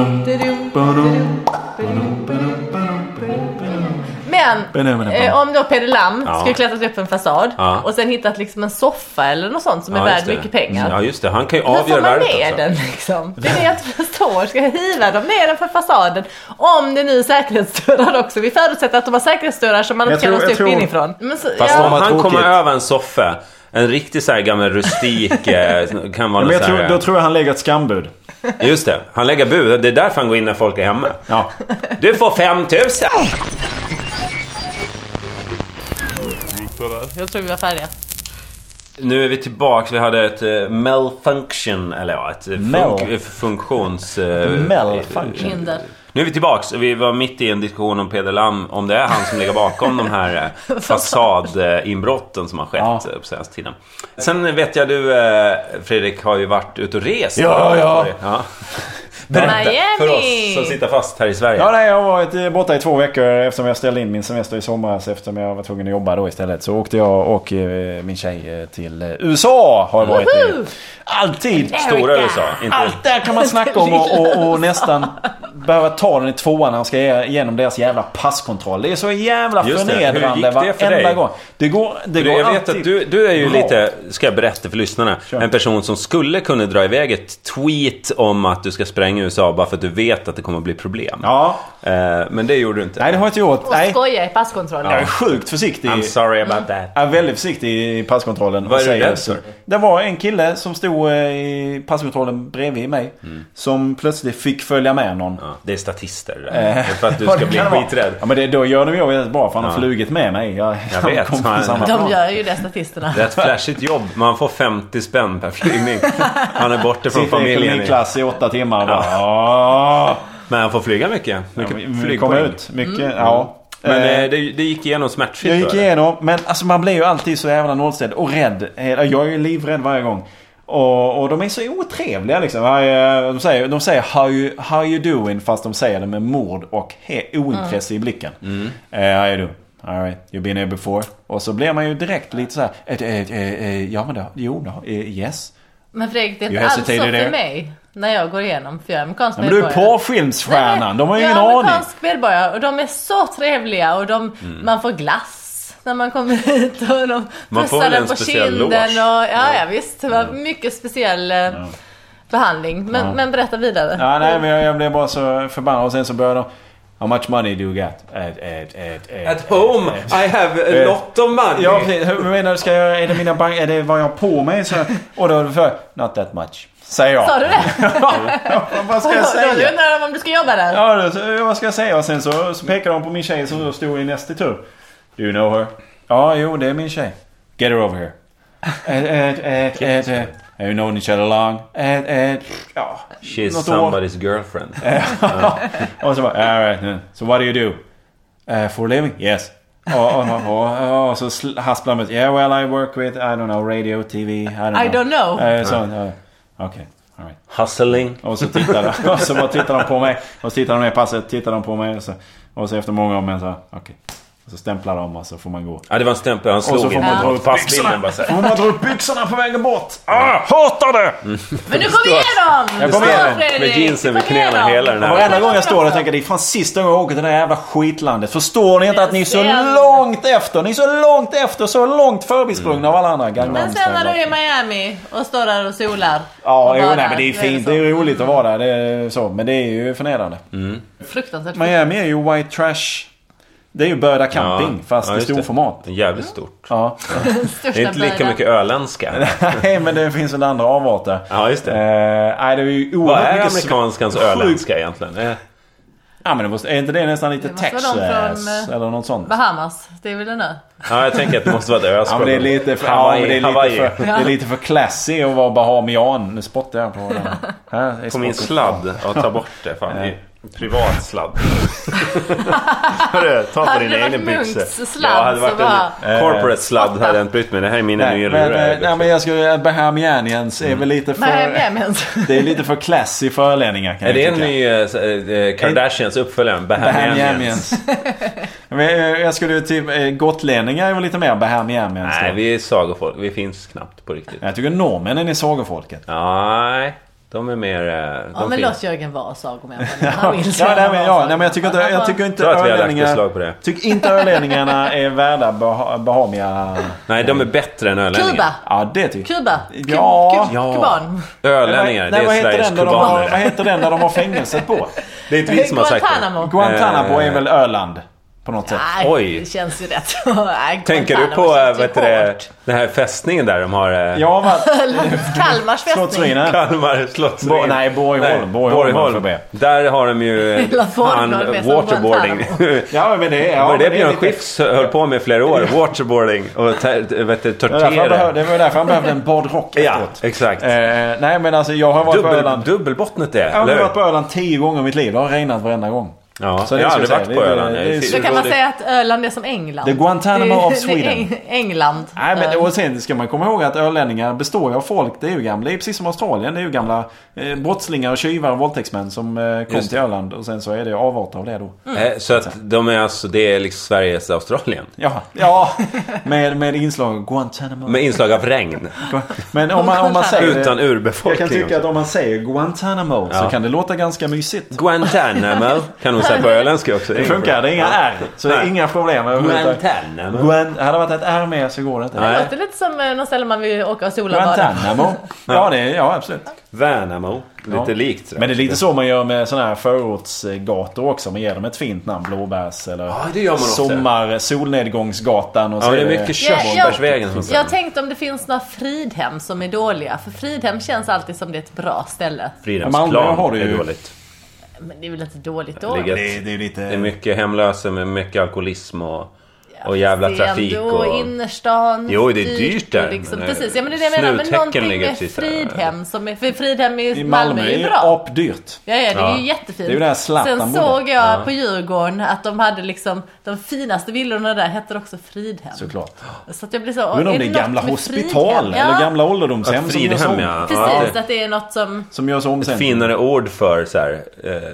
B: Men eh, om då Peder Lam
C: ja.
B: skulle klättrat upp en fasad
C: ja.
B: och sen hittat liksom en soffa eller något sånt som ja, är värd mycket pengar.
C: Ja, just det. Han kan ju avgöra
B: värdet
C: också.
B: Ner den liksom. Det är det jag inte förstår. Ska jag hiva dem ner den för fasaden? Om det nu är säkerhetsdörrar också. Vi förutsätter att de har säkerhetsdörrar som man inte kan låsa upp inifrån. Men så,
C: fast
B: ja.
C: om han kommer över en soffa, en riktigt så här gammal rustik kan vara
A: ja, men jag
C: så här,
A: tror, då tror jag han lägger ett skambud.
C: Just det. Han lägger bud. Det är därför han går in när folk är hemma.
A: Ja.
C: Du får fem tusen.
B: Jag tror vi var färdiga.
C: Nu är vi tillbaka. Vi hade ett uh, malfunction. Eller ja, ett fun- funktions... Uh,
A: malfunction.
C: Nu är vi tillbaka. Vi var mitt i en diskussion om Peder Lam. Om det är han som ligger bakom de här uh, fasadinbrotten som har skett ja. uh, på senaste tiden. Sen vet jag du, uh, Fredrik, har ju varit ute och rest.
A: Ja, ja.
C: ja. Berätta för oss som sitter fast här i Sverige.
A: Ja, nej, jag har varit borta i två veckor eftersom jag ställde in min semester i somras eftersom jag var tvungen att jobba då istället. Så åkte jag och eh, min tjej till U S A har varit i. Alltid.
C: Stora U S A.
A: Inte... Allt där kan man snacka om och, och, och nästan behöva ta den i tvåan när han ska igenom deras jävla passkontroll. Det är så jävla förnedrande varenda gång. Det går, det går
C: jag
A: alltid.
C: vet att du, du är ju bra. Lite, ska jag berätta för lyssnarna, sure. En person som skulle kunna dra iväg ett tweet om att du ska spränga U S A bara för att du vet att det kommer att bli problem.
A: Ja.
C: Eh, men det gjorde du inte.
A: Nej, det har jag inte gjort.
B: Och skoja i passkontrollen.
A: Jag är sjukt försiktig.
C: I'm sorry about that.
A: Jag är väldigt försiktig i passkontrollen.
C: Vad är du rädd för?
A: Det var en kille som stod i passkontrollen bredvid mig mm. som plötsligt fick följa med någon.
C: Ja, det är statister. Det är för att du ska bli skiträdd.
A: Ja, men det, då gör de ju väldigt bra för han ja. har flugit med mig. Jag,
C: jag vet. Han,
B: de gör ju det, statisterna.
C: Det är ett flashigt jobb. Man får femtio spänn per flygning. Han är borta från
A: sitter
C: familjen.
A: Sitter i klass i åtta timmar.
C: Ja.
A: Ja.
C: Men han får flyga mycket. mycket
A: ja, vi kommer ut. Mycket, mm. ja.
C: Men eh, det, det gick igenom smärtfritt.
A: Jag gick igenom, men alltså man blir ju alltid så jävla nollställd och rädd. Jag är ju livrädd varje gång. Och, och de är så otrevliga liksom. De säger, de säger how, you, how you doing fast de säger det med mord och he, ointresse mm. i blicken. Mm. Uh, how you doing? All right, you've been here before. Och så blir man ju direkt lite så här. Eh, eh, eh, ja men då, jo då, eh, yes.
B: Men Fredrik, det är inte alls så för mig när jag går igenom, för jag är amerikansk
A: ja, medborgare. Men du är porrfilmsstjärnan, de har ju ingen aning. Jag är amerikansk
B: medborgare och de är så trevliga och de, mm. man får glass när man kommer hit och de pussar den på kinden. Och, ja, ja, visst, det var mm. mycket speciell ja. behandling. Men, ja. men berätta vidare.
A: Ja, nej, men jag, jag blev bara så förbannad och sen så började de how much money do you get? At, at,
C: at, at, at home at, I have a uh, lot of money.
A: Ja, hur menar du? Ska jag, är det mina bank, är det vad jag har på mig? Så, och då för not that much. Säger jag.
B: Sa du det?
A: Ja, vad ska jag säga?
B: Du undrar om du ska jobba där?
A: Ja, då, vad ska jag säga? Och sen så, så pekar de på min tjej som stod i nästa tur. Do you know her? Ja, jo, det är min tjej. Get her over here. At, at, at, at, have you known each other long? At, at, ja,
C: she's somebody's år. girlfriend.
A: Och så bara, all right. So what do you do? Uh, for a living? Yes. Och, och, och, och så hasplar man. Yeah, well, I work with, I don't know, radio, T V. I don't know.
B: I don't know.
A: Uh, so, uh, okay. All right.
C: Hustling.
A: Och så tittar de, och så bara tittar de på mig. Och så tittar de ner passet, tittar de på mig. Och så, och så efter många om så, okej. Okay. Och så stämplar de och så får man gå.
C: Ja, det var en stämpel. Han slog
A: och så får man dra upp byxorna. Bara så. Får man dra upp byxorna på vägen bort. Ah, hatar det!
B: Mm. Men nu kommer igenom!
A: Jag kommer igenom.
C: Med jeansen med knäna hela den här.
A: Varenda gång jag står där tänker jag, det är fan sista gången jag åker till det här jävla skitlandet. Förstår ni inte att ni är så långt efter? Ni är så långt efter, så långt förbisprungna mm. av alla andra Gangnam
B: Men sen när du är i Miami och står där och solar.
A: Ja, jo, nej, men det är fint. Det är roligt att vara där. Det är så, men det är ju förnedrande.
C: Mm.
B: Fruktansvärt.
A: Miami är ju white trash. Det är ju Böda camping ja, fast ja, i stor format.
C: Jävligt stort.
A: Ja.
C: Det är inte lika mycket öländska.
A: Nej, men det finns väl andra avarter.
C: Ja, just det.
A: Uh, nej, det är ju
C: vad är amerikanskans öländska egentligen?
A: Ja, men det måste, är inte det nästan lite Texas
B: de
A: från, eller något sånt?
B: Bahamas, det är väl det nu?
C: Ja, jag tänker att det måste vara ett öskott.
A: Ja, det är lite för,
C: Hawaii,
A: ja, det är
C: Hawaii.
A: lite för, det är lite för classy att vara bahamian. Nu spottar jag på den. Här är
C: på min sladd. Ja, ta bort det. Fan, det är privat sladd. Hörru, ta på dina egna byxor.
B: Sladd,
C: ja, hade varit
B: bara,
C: en corporate sladd hade jag inte brytt mig. Det här är mina nya
A: men,
C: lurar.
A: Nej, men jag skulle Bahamianians är väl lite för
B: Bahamians.
A: det är lite för classy för ölänningar, kan
C: är det
A: jag
C: en
A: tycka.
C: ny äh, Kardashians uppföljare? Bahamians.
A: Men jag skulle typ gotlänningar är väl lite mer Bahamians.
C: Nej, vi är sagofolk. Vi finns knappt på riktigt.
A: Jag tycker norrmännen är sagofolket.
C: Nej. De är mer... De
B: ja, men
C: finns.
B: låt Jörgen vara sagomänniska.
A: ja, ja, nej, men, ja, nej, men jag tycker inte, jag tycker inte
C: jag
A: ölänningar... Tycker inte ölänningarna är värda bah, Bahamia...
C: Nej, de är bättre än ölänningar.
B: Kuba.
A: Ja, det tycker
B: Kuba.
A: Ja.
B: ja. Kuban.
C: Ölänningar, det är
A: nej,
C: Sveriges
A: kubaner.
C: kubaner.
A: Vad heter den där de har fängelset på?
C: Det är inte vi som har sagt
B: Guantanamo.
C: det.
A: Guantanamo är väl Öland. På något sätt.
B: Nej,
C: oj.
B: Det känns ju rätt. Nej,
C: tänker du på vet det, den här fästningen där de har...
A: Ja, vad?
B: Kalmars fästning.
C: Kalmar slottsruin.
A: Bo, nej, Borgholm. Borgholm.
C: Där har de ju han, waterboarding.
A: ja, men det är...
C: Ja, det Björn Skifs höll på med flera år. Waterboarding och vet du, tortera.
A: Det var därför han behövde en badrock
C: efteråt. Ja, exakt.
A: Eh, nej, men alltså jag har varit
C: Dubbel,
A: på Öland.
C: Dubbelbottnet det.
A: Jag har varit på Öland tio gånger i mitt liv. Det har regnat varenda gång.
C: Ja,
A: så
C: jag har aldrig varit på Öland.
B: Då kan man säga att Öland är som England.
A: The Guantanamo of Sweden.
B: England.
A: Nej, men och sen ska man komma ihåg att ölänningar består av folk. Det är ju gamla, det är precis som Australien. Det är ju gamla eh, brottslingar och tjuvar och våldtäktsmän som eh, kom till Öland. Och sen så är det avarter av det då.
C: Mm. Så att de är alltså, det är liksom Sveriges Australien.
A: Ja, ja med, med inslag av Guantanamo.
C: Med inslag av regn.
A: Men om man, om man säger
C: utan urbefolkning.
A: Jag kan tycka att om man säger Guantanamo ja. så kan det låta ganska mysigt.
C: Guantanamo kan hon säga på öländska också.
A: Det funkar, det är inga R. Så det är inga problem.
C: Guantanamo.
A: Guan, hade det varit ett R med så går det inte.
B: Det låter lite som någon ställe man vill åka och sola.
A: Guantanamo. Ja, det är, ja, absolut.
C: Värnamo. Lite ja. likt.
A: Men det är lite så man gör med sådana här förortsgator också. Man ger dem ett fint namn. Blåbärs eller
C: ja, det gör man
A: sommar, solnedgångsgatan. Och
C: ja,
A: så
C: det är mycket körsbärsvägen.
B: Jag, jag, jag tänkte om det finns några Fridhem som är dåliga. För Fridhem känns alltid som det är ett bra ställe.
C: Fridhemsplan har ju... är dåligt.
B: Men det är väl inte dåligt då?
C: Det,
A: det, det, är lite...
C: det är mycket hemlösa med mycket alkoholism och, ja, och jävla trafik.
B: Och innerstan.
C: Jo, det är dyrt där.
B: Liksom. Precis, ja, men det är det jag menar. Men någonting med Fridhem. Som är, för Fridhem i, I Malmö, Malmö är ju bra.
A: Är dyrt.
B: Ja, ja, det är ja. ju jättefint.
A: Det är ju det här
B: Sen såg jag ja. på Djurgården att de hade liksom de finaste villorna där heter också Fridhem.
A: Såklart.
B: Så att jag blir så...
A: Men om det är gamla hospital ja. eller gamla ålderdomshem
C: som Fridhem, som ja.
B: Precis, att det är något som...
A: Som görs om sen.
C: Ett finare ord för så här,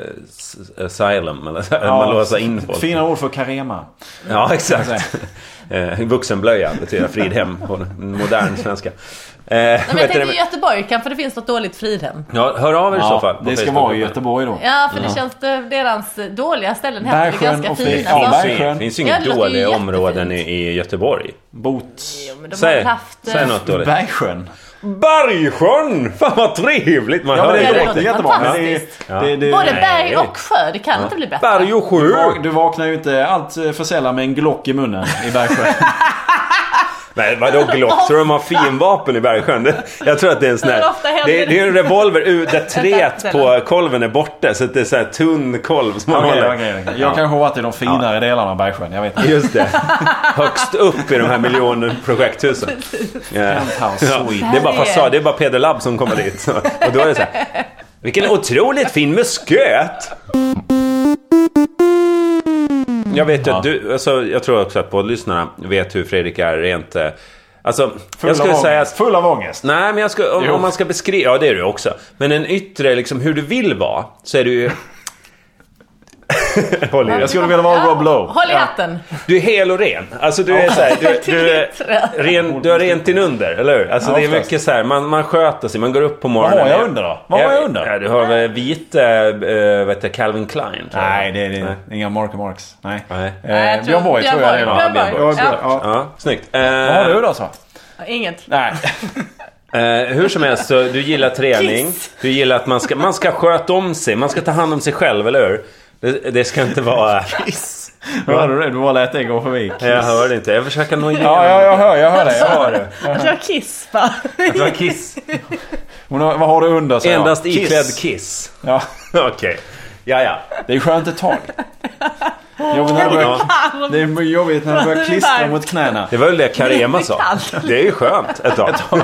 C: eh, asylum eller så här, ja, man låser in folk.
A: Finare ord för karema.
C: Ja, exakt. Eh, vuxenblöja betyder Fridhem på modern svenska. Eh,
B: Nej, men jag tänkte i Göteborg kanske det finns något dåligt Fridhem.
C: Ja, hör av er i
A: ja,
C: så fall.
A: Det ska vara i Göteborg då.
B: Ja, för det ja. känns det, deras dåliga ställen här är ganska fina.
C: Ja, det finns ju inga ja, dåliga områden i, i Göteborg.
A: Bot.
B: Jo,
C: säg,
B: haft,
C: säg något dåligt.
A: Bergsjön.
C: Bergsjön! Fan vad trevligt man
A: ja,
C: hör.
A: Det,
B: det,
A: det
B: låter
A: jättebra.
B: fantastiskt.
A: Det, det, det,
B: både berg och sjö, det kan ja. inte bli bättre.
C: Berg och sjö.
A: Du, du vaknar ju inte allt för sällan med en glock i munnen i Bergsjön.
C: Nej, vadå Glock? Tror de har finvapen i Bergsjön? Jag tror att det är en sån här... Det är, det är en revolver där träet på kolven är borta. Så att det är så här tunn kolv som man
A: okay,
C: håller.
A: Okay, okay. Jag ja. kanske har varit i de finare ja. delarna av Bergsjön, jag vet inte.
C: Just det. Högst upp i de här miljonprojekthusen. Yeah. Ja. Det är bara fasad, det är bara Peder Labb som kommer dit. Och då är det så här... Vilken otroligt fin musköt! Jag vet ju ja. att du, alltså, jag tror också att poddlyssnarna vet hur Fredrik är rent... Alltså,
A: full
C: jag skulle
A: av
C: säga
A: att, full av ångest.
C: Nej, men jag ska, om, om man ska beskriva... Ja, det är du också. Men en yttre, liksom, hur du vill vara, så är du ju... Håll i.
A: Jag skulle vilja vara Rob Lowe.
B: Håll i hatten.
C: Du är hel och ren. Alltså du är så här, du, du, är ren, du har rent inunder, eller hur? Alltså ja, det är mycket så här, man, man sköter sig, man går upp på morgonen.
A: Vad har jag under då? Vad har jag under?
C: Ja, du har väl vita, äh, vet du, Calvin Klein.
A: Nej, det är det. Nej. Inga Mark Marks. Nej.
C: Nej.
A: Eh, Björn Borg tror jag det var.
B: Björn Borg.
C: Ja, ja. ja, snyggt. Eh,
A: Vad har du då så?
B: Inget.
A: Nej.
C: Eh, hur som helst, så du gillar träning.
B: Kiss.
C: Du gillar att man ska, man ska sköta om sig. Man ska ta hand om sig själv, eller hur? Det, det ska inte vara...
A: Kiss. Hörde du det? Du bara lät det gå förbi.
C: Kiss. Jag hörde inte. Jag försöker nå igenom.
A: Ja, ja, jag hör, jag hör det. Jag hör det.
B: Att det var Kiss, va?
C: Att det var Kiss.
A: Har, vad har du under? Så
C: endast
A: jag?
C: iklädd Kiss.
A: Ja.
C: Okej. Okay. Ja, ja.
A: Det är skönt ett tag. Jobbigt när det, börjar, det är jobbigt när det börjar klistra mot knäna.
C: Det var väl det Karema sa. Det är ju skönt ett tag. Ett tag.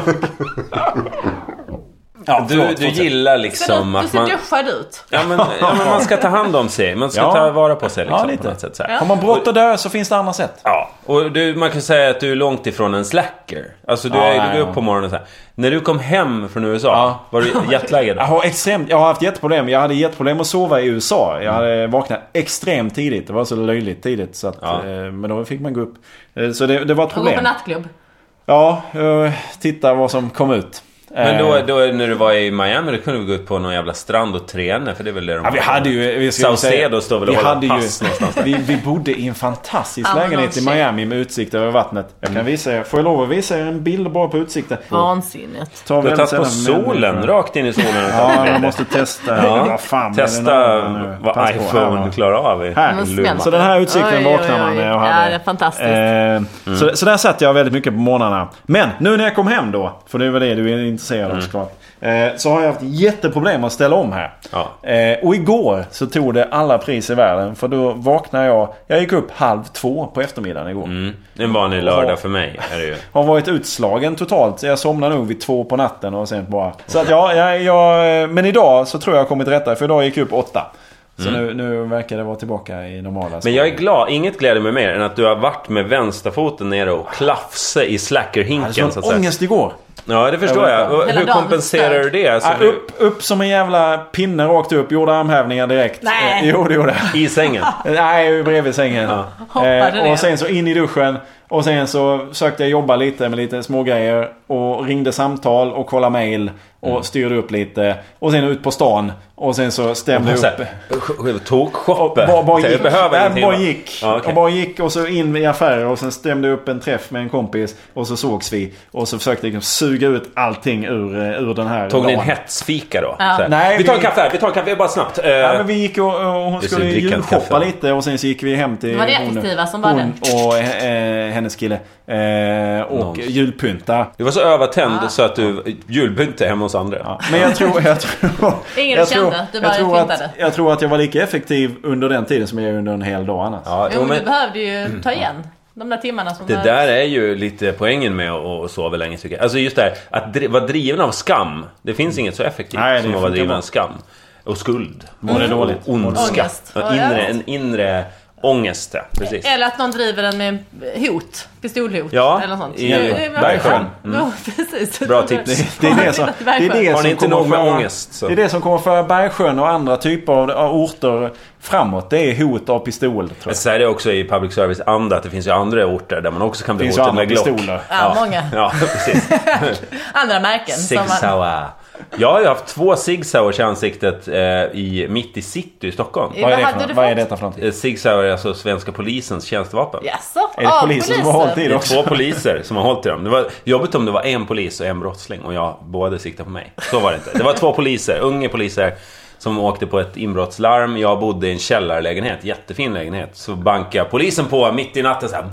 C: Ja, du, förlåt, du gillar liksom
B: du,
C: att man...
B: Du ser duschad ut.
C: Ja men, ja, men man ska ta hand om sig. Man ska ja. ta vara på sig liksom, ja, lite. På något sätt, så här.
A: Ja. Har man brått och dö så finns det andra sätt.
C: Ja, och du, man kan säga att du är långt ifrån en slacker. Alltså du, ja, är, du går upp på morgonen så här. När du kom hem från U S A, ja. var du jetlaggad?
A: Jag har, extremt, jag har haft jätteproblem. Jag hade jätteproblem att sova i U S A. Jag hade vaknat extremt tidigt. Det var så löjligt tidigt. Så att, ja. eh, men då fick man gå upp. Eh, så det, det var ett problem.
B: Och gå på nattklubb?
A: Ja, eh, titta vad som kom ut.
C: Men då, då när du var i Miami, då kunde vi gå ut på någon jävla strand och träna, för det är väl det de
A: ja, vi hade ju, vi ska
C: Saucedo står väl och håller pass
A: ju,
C: någonstans
A: vi, vi bodde i en fantastisk ja, lägenhet i Miami med utsikt över vattnet. Jag kan mm. visa er, får jag lov att visa er en bild bara på utsikten?
B: Vansinnigt.
C: Du har tagit på solen, men... rakt in i solen.
A: Ja, jag måste testa. Ja. Vad fan,
C: testa vad iPhone klarar av i.
A: Här. Så den här utsikten oj, vaknar man med och hade.
B: Ja, det är fantastiskt.
A: Eh, mm. så, så där satt jag väldigt mycket på morgnarna. Men nu när jag kom hem då, för det är väl det du är intresserad av mm. såklart. Så har jag haft jätteproblem att ställa om här. Ja. Eh, och igår så tog det alla pris i världen. För då vaknade jag. Jag gick upp halv två på eftermiddagen igår.
C: Mm. En vanlig lördag för mig är det ju.
A: Har varit utslagen totalt. Så jag somnade nog vid två på natten och sen bara. Så att ja, jag, jag, men idag så tror jag jag kommit rätta. För idag gick jag upp åtta. Så mm. nu, nu verkar det vara tillbaka i normala.
C: Men jag är glad, inget gläder mig mer än att du har varit med vänsterfoten nere och klafse i slackerhinken.
A: Det var så en ångest igår.
C: Ja, det förstår jag. jag. Hur kompenserar du det? Alltså,
A: ja, upp, upp som en jävla pinne rakt upp. Gjorde armhävningar direkt.
B: Nej.
A: Eh, jo, det gjorde jag.
C: I sängen?
A: Nej, bredvid sängen. Ja. Eh, och sen så in i duschen. Och sen så sökte jag jobba lite med lite små grejer. Och ringde samtal och kollade mail. Och mm. styrde upp lite. Och sen ut på stan. Och sen så stämde jag upp.
C: Tog shoppen.
A: Bara, bara gick.
C: Behöver
A: bara gick. Ja, okay. Och bara gick och så in i affärer. Och sen stämde jag upp en träff med en kompis. Och så sågs vi. Och så försökte jag suga ut allting ur, ur den här.
C: Tog ni en hetsfika då?
A: Ja. Nej,
C: vi tar en kaffe här. Vi tar en kaffe bara snabbt.
A: Ja, men vi gick och, och hon skulle julshoppa lite. Och sen så gick vi hem till
B: var det effektiva som var
A: hon och eh, hennes kille. Eh, och Någon. julpynta.
C: Du var så övertänd ah. så att du julpynta hemma hos andra.
A: Ja. Men jag tror jag tror
B: ingen
A: jag
B: kände,
A: tror,
B: du bara
A: jag tror att jag tror att jag var lika effektiv under den tiden som jag är under en hel dag annars.
B: Ja, jo, men du behövde ju ta igen de där timmarna som
C: det
B: var...
C: där är ju lite poängen med att sova länge tycker jag. Alltså just det här att dri- vara driven av skam. Det finns inget så effektivt Nej, som att vara driven av skam och skuld.
A: Mår det dåligt?
C: Ondska. Inre, en inre ångest, precis.
B: Eller att någon driver den med hot, pistolhot
C: ja,
B: eller något sånt.
C: Ja, i Bergsjön.
B: Mm. Ja, precis.
C: Bra tips.
A: Det, det är det som, det är det
C: har
A: som
C: ni inte nog med
A: för,
C: ångest? Så.
A: Det är det som kommer för Bergsjön och andra typer av, av orter framåt. Det är hot av pistol, tror jag.
C: Så är det också i public service anda att det finns ju andra orter där man också kan bli hotad med Glock.
A: Pistoler.
B: Ja, ja, många.
C: Ja, precis.
B: Andra märken.
C: Sig Sauer. Jag har ju haft två Sig Sauers i ansiktet eh, i, mitt i city i Stockholm.
B: Vad är, det för,
A: vad är detta för någonting?
C: Sig Sauer är alltså svenska polisens tjänstevapen.
B: Yes.
A: Är det ah, polisen som har hållit i det också?
C: Det är två poliser som har hållit i dem. Det var jobbigt om det var en polis och en brottsling och jag båda siktade på mig. Så var det inte. Det var två poliser, unga poliser som åkte på ett inbrottslarm. Jag bodde i en källarlägenhet, jättefin lägenhet. Så bankade polisen på mitt i natten så här.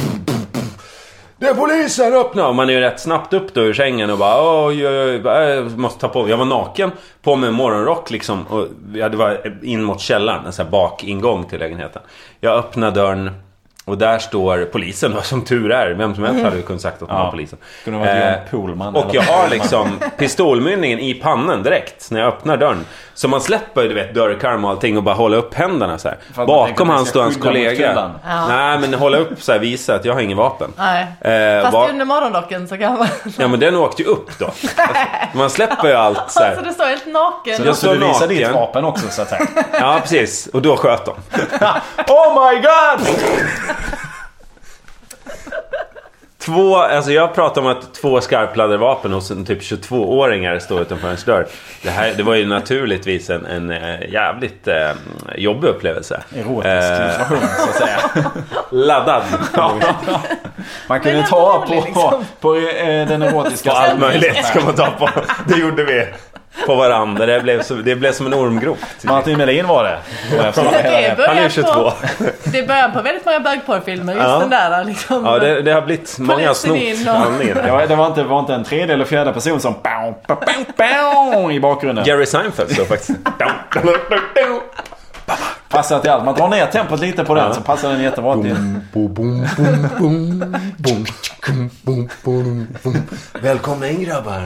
C: Det är polisen, öppna! Och man är ju rätt snabbt upp då ur sängen och bara oj, oj, oj, jag måste ta på. Jag var naken på med morgonrock liksom. Och det var in mot källaren, en sån här bakingång till lägenheten. Jag öppnade dörren och där står polisen, som tur är. Vem som helst hade ju kunnat sagt att det var polisen.
A: Kunde vara John Pohlman.
C: Och jag har liksom pistolmynningen i pannan direkt när jag öppnar dörren. Så man släpper ju, du vet, dörrkarm och allting och bara hålla upp händerna så här. Bakom han står hans kollega.
B: Ja.
C: Nej, men hålla upp så här, visa att jag har ingen vapen.
B: Nej. Eh, Fast var... under morgondocken så kan man...
C: Ja, men den åkte ju upp då. Alltså, man släpper ju allt så här.
B: Så du står helt naken.
A: Så, jag så du visar ditt vapen också så att säga.
C: Ja, precis. Och då sköt de.
A: Oh my god!
C: Två, alltså jag pratar om att två skarpladdade hos en typ tjugotvå-åringar står utanför ens dörr. Det här, det var ju naturligtvis en, en jävligt eh, jobbig upplevelse.
A: Erotisk eh, information så att säga.
C: Laddad.
A: Ja. Man kunde ta på, liksom. på, på eh, den erotiska.
C: På allt möjligt ska man ta på. Det gjorde vi. På varandra. Det blev, så, det blev som en ormgrop.
A: Martin Melin var det.
B: det
C: Han är tjugotvå.
B: Det börjar på väldigt många bögporrfilmer. Just ja. den där liksom.
C: Ja, det, det har blivit många snott. Och...
A: Ja, det var inte, var inte en tredje eller fjärde person som pow, pow, pow, pow, i bakgrunden.
C: Jerry Seinfeld så faktiskt.
A: Passar till allt. Man drar ner tempot lite på den ja. Så passar den jättebra till.
C: Boom, boom, boom, boom, boom, boom, boom, boom. Välkomna in grabbar.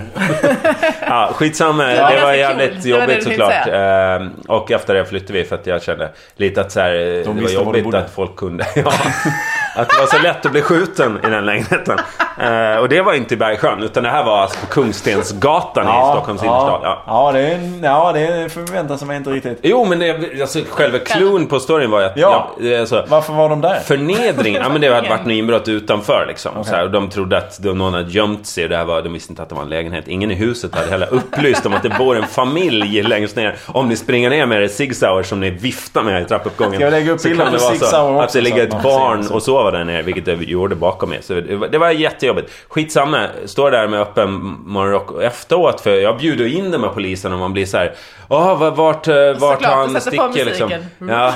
C: Ja, skitsamma. Ja, det var jävligt cool. Jobbigt såklart. Uh, och efter det flyttade vi för att jag kände lite att så här, det var jobbigt att folk kunde. Ja, att det var så lätt att bli skjuten i den lägenheten. Uh, och det var inte i Bergsjön utan det här var alltså på Kungstensgatan ja, i Stockholms ja, innerstad. Ja,
A: ja, det är, ja, det förväntas som inte riktigt.
C: Jo, men det, alltså, själva klon på storyn var att
A: ja.
C: Ja, alltså,
A: varför var de där?
C: Förnedring. Ja, men det hade varit en inbrott utanför liksom. Okay. Så här, och de trodde att de, någon hade gömt sig. Det här var, de visste inte att det var en lägenhet. Ingen i huset hade heller upplyst om att det bor en familj längst ner. Om ni springer ner med det Sig Sauer som ni viftar med i trappuppgången.
A: Ska jag lägga upp
C: så kan det vara så att det ligger ett barn och sover där nere, vilket det gjorde bakom mig. Så det var, det var jättejobbigt. Skitsamma. Står där med öppen morgonrock och efteråt, för jag bjuder in dem med polisen och man blir så här: åh, vart, vart, vart han sticker liksom. Mm. Ja.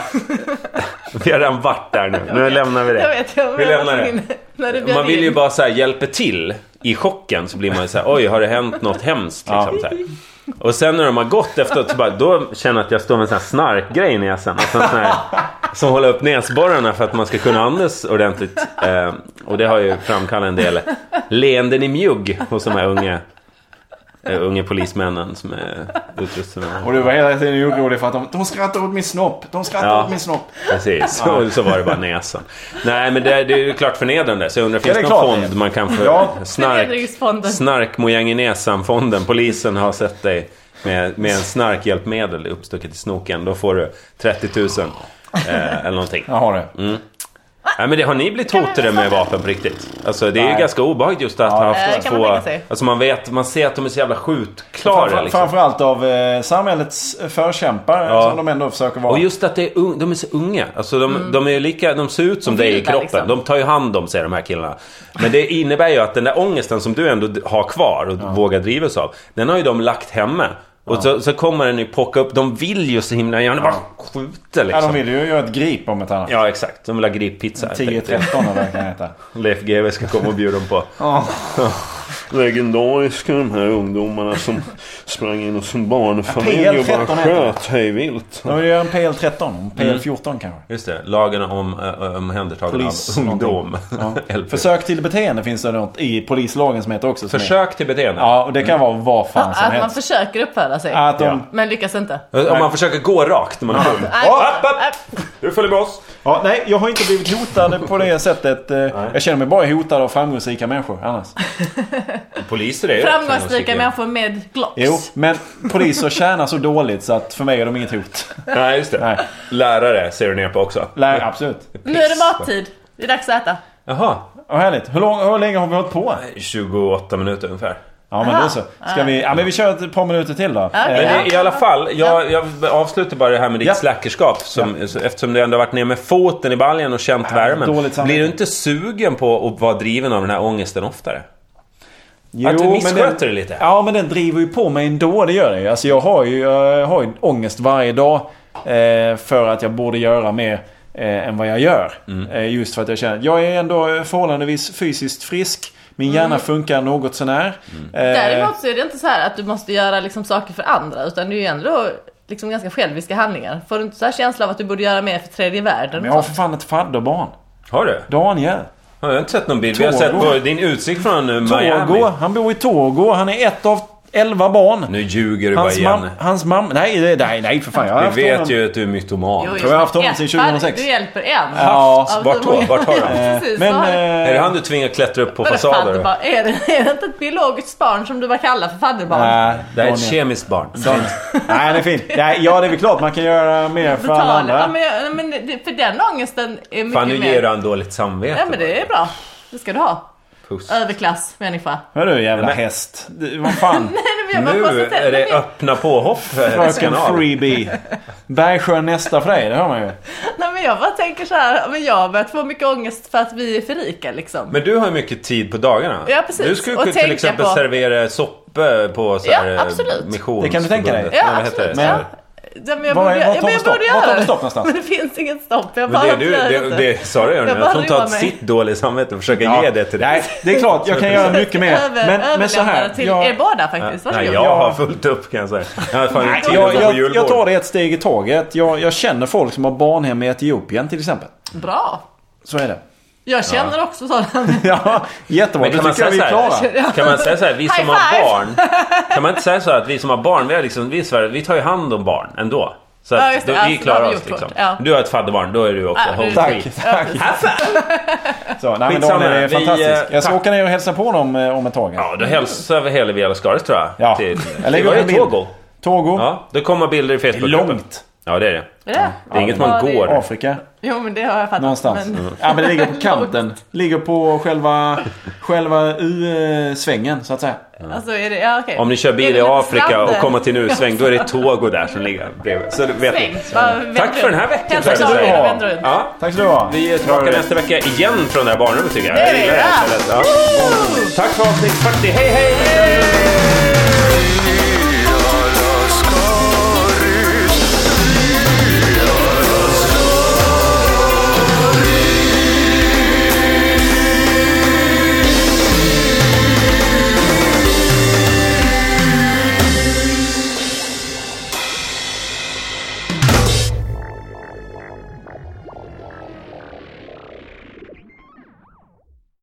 C: Vi har redan varit där nu. Nu lämnar vi det.
B: Jag vet, jag
C: vi lämnar det. Man vill ju bara så här hjälpa till. I chocken så blir man ju så här: oj, har det hänt något hemskt liksom, ja. Så här. Och sen när de har gått efteråt så bara, då känner jag att jag står med en sån här snarkgrej i näsan och sån här, som håller upp näsborrarna för att man ska kunna andas ordentligt. Eh, och det har ju framkallat en del leenden i mjugg hos de här unga Uh, unga polismännen som är utrustade.
A: Och du var hela tiden orolig för att de, de skrattar åt min snopp. De skrattar ja, åt min snopp.
C: Precis, ja. Och så var det bara näsan. Nej, men det, det är ju klart förnedrande. Så jag undrar, finns det någon fond det. Man kan få ja. snark, snark mojang i näsan-fonden. Polisen har sett dig med, med en snarkhjälpmedel uppstucket i snoken. Då får du trettio tusen eh, eller någonting.
A: Jag har det.
C: Mm. Nej, men det har ni blivit hotade med vapen på riktigt? Alltså det är Nej. ju ganska obehagligt just att ja. ha haft äh, två. Man alltså man vet, man ser att de är så jävla skjutklara.
A: Framför, liksom. Framförallt av eh, samhällets förkämpar ja. som de ändå försöker vara.
C: Och just att det är un- de är så unga. Alltså de, mm. de är lika, de ser ut som de dig i kroppen. Liksom. De tar ju hand om sig, de här killarna. Men det innebär ju att den där ångesten som du ändå har kvar och ja. vågar drivas av, den har ju de lagt hemma. Och ja. så, så kommer den ju pocka upp. De vill ju så himla gärna bara skjuta liksom.
A: Ja, de vill ju göra ett grip om ett annat.
C: Ja, exakt. De vill ha grippizza.
A: tio tretton verkar heta.
C: Leif G W ska komma och bjuda dem på.
A: Ja.
C: Legendariska de här ungdomarna som sprang in och som barnfamilj och bara sköt hej vilt.
A: De vill göra en P L tretton, P L fjorton mm. kanske.
C: Just det, lagen om äh, omhändertagande av ungdom.
A: Ja. Försök till beteende finns det något i polislagen som heter också. Som
C: Försök till beteende?
A: Ja, och det kan vara vad fan som
B: att
A: helst.
B: Man försöker uppföra sig,
A: att de...
B: ja. men lyckas inte.
C: Om man försöker gå rakt när man är full. Du följer med oss.
A: Ja, nej, jag har inte blivit hotad på det sättet. Nej. Jag känner mig bara hotad av framgångsrika människor annars.
C: Poliser är ju
B: framgångsrika människor med glocks.
A: Jo, men poliser tjänar så dåligt så att för mig är de inget hot.
C: Nej, just det. Nej. Lärare ser du ner på också.
A: Lärare, absolut.
B: Nu är det mattid. Det är dags att äta.
C: Jaha.
A: Ja, härligt. Hur, lång, hur länge har vi hållit på?
C: tjugoåtta minuter ungefär.
A: Ja, men då så. Ska vi, ja, men vi kör ett par minuter till då.
B: Okay,
C: men
B: ja.
C: i, i alla fall, jag, jag avslutar bara det här med ditt ja. slackerskap som, ja. eftersom du ändå har varit ner med foten i baljan och känt ja, värmen. Blir du inte sugen på att vara driven av den här ångesten oftare? Jo, att du missköter det lite.
A: Ja, men den driver ju på mig ändå, det gör det ju. Alltså jag har ju, jag har ju ångest varje dag eh, för att jag borde göra mer eh, än vad jag gör. Mm. Eh, just för att jag känner att jag är ändå förhållandevis fysiskt frisk. Min hjärna mm. funkar något sånär.
B: Mm. Eh, Däremot så är det inte så här att du måste göra liksom saker för andra, utan det är ju ändå liksom ganska själviska handlingar. Får du inte så här känsla av att du borde göra mer för tredje världen?
A: Men jag har för fan ett fadderbarn.
C: Har du?
A: Daniel.
C: Jag har inte sett någon bild. Vi har sett på din utsikt från Miami.
A: Togo. Han bor i Togo. Han är ett av elva barn.
C: Nu ljuger du
A: hans
C: bara igen.
A: Mam, hans mamma... Nej, nej, nej, för fan. Jag
C: Vi vet
A: honom.
C: ju att du är mytoman.
B: Jo, jo,
A: jag har haft honom sedan tjugohundrasex.
B: Du hjälper en.
A: Ja.
C: Vart då? Vart har han?
B: Precis,
A: Men,
B: har
C: är det han du tvingar klättra upp på fasader?
B: Är det, är det inte ett biologiskt barn som du bara kallar för fadderbarn?
A: Nej,
C: det är ett kemiskt barn.
A: Nej, det är fint. Ja, det är väl klart. Man kan göra mer för alla andra.
B: Ja, men, jag, men det, för den ångesten är mycket
C: fan, nu
B: mer...
C: ger du en dåligt samvete.
B: Ja, men det är bra. Det ska du ha.
C: Puss.
B: Överklass människa.
A: Hörru jävla men, häst. Du, vad fan?
B: Nej,
C: nu är det öppna påhopp.
A: Fröken Freebie. Bergsjön nästa för dig, det hör man ju.
B: Nej, men jag bara tänker så här, men jag har börjat få mycket ångest för att vi är för rika liksom.
C: Men du har ju mycket tid på dagarna.
B: Ja, precis.
C: Du skulle och till exempel på... servera soppa på så här,
B: ja, absolut.
C: mission.
A: Det kan du tänka dig.
B: Ja, absolut.
A: Men,
B: Ja, men jag borde,
A: var, var tar
B: jag,
A: stopp?
B: jag
A: Var tar det stopp någonstans?
B: Men det finns inget stopp. Jag
C: men
B: bara
C: det, du, det, det, sorry, jag att hon tar sitt dåliga samvete och försöker ja. ge det till dig.
A: Nej, det är klart, jag kan göra mycket mer.
B: Över,
A: men, men så här.
B: Till
A: jag,
B: er båda faktiskt.
C: Ja, nej, jag har fullt upp kan jag säga. Jag, har fan
A: nej, jag, jag, jag tar det ett steg i taget. Jag, jag känner folk som har barnhem i Etiopien till exempel.
B: Bra.
A: Så är det.
B: Jag känner ja. också sådana.
A: Ja, jättebra.
C: Kan man, säga vi klara. kan man säga så här, vi som har barn, kan man inte säga så här att vi som har barn, vi, är liksom, vi, Sverige, vi tar ju hand om barn ändå. Så att ja, då, vi alltså, klarar oss liksom. Ja. Du har ett fadderbarn, då är du också
B: ja,
A: tack, tack. Så, nej, men Daniel är fantastisk. Jag ska åka ner och hälsa på dem om ett tag.
C: Ja, då hälsar över hela Via Lascaris tror jag.
A: Ja.
C: Till,
A: jag lägger upp en bild.
C: Togo.
A: Togo.
C: Ja, det kommer bilder i Facebook.
A: Långt.
C: Ja, det är det.
B: Är det?
C: det är
B: ja,
C: inget man går.
A: Det Afrika.
B: Jo, men det har jag fattat.
A: Någonstans.
B: Men...
A: Mm. Ja, men det ligger på kanten. Ligger på själva själva U-svängen så att säga.
B: Mm. Alltså, är det, ja, okay.
C: Om ni kör bil i Afrika stranden? Och kommer till en U-sväng, då är det Togo där som ligger bredvid. Så vet ni. Tack för den här veckan.
A: Tack ska du ha.
C: Ja.
A: Tack ska du ha.
C: Vi är tillbaka nästa vecka igen från det här barnrummet tycker jag.
B: Det är det.
C: Ja. Tack för avsnitt fyrtio. Hej hej!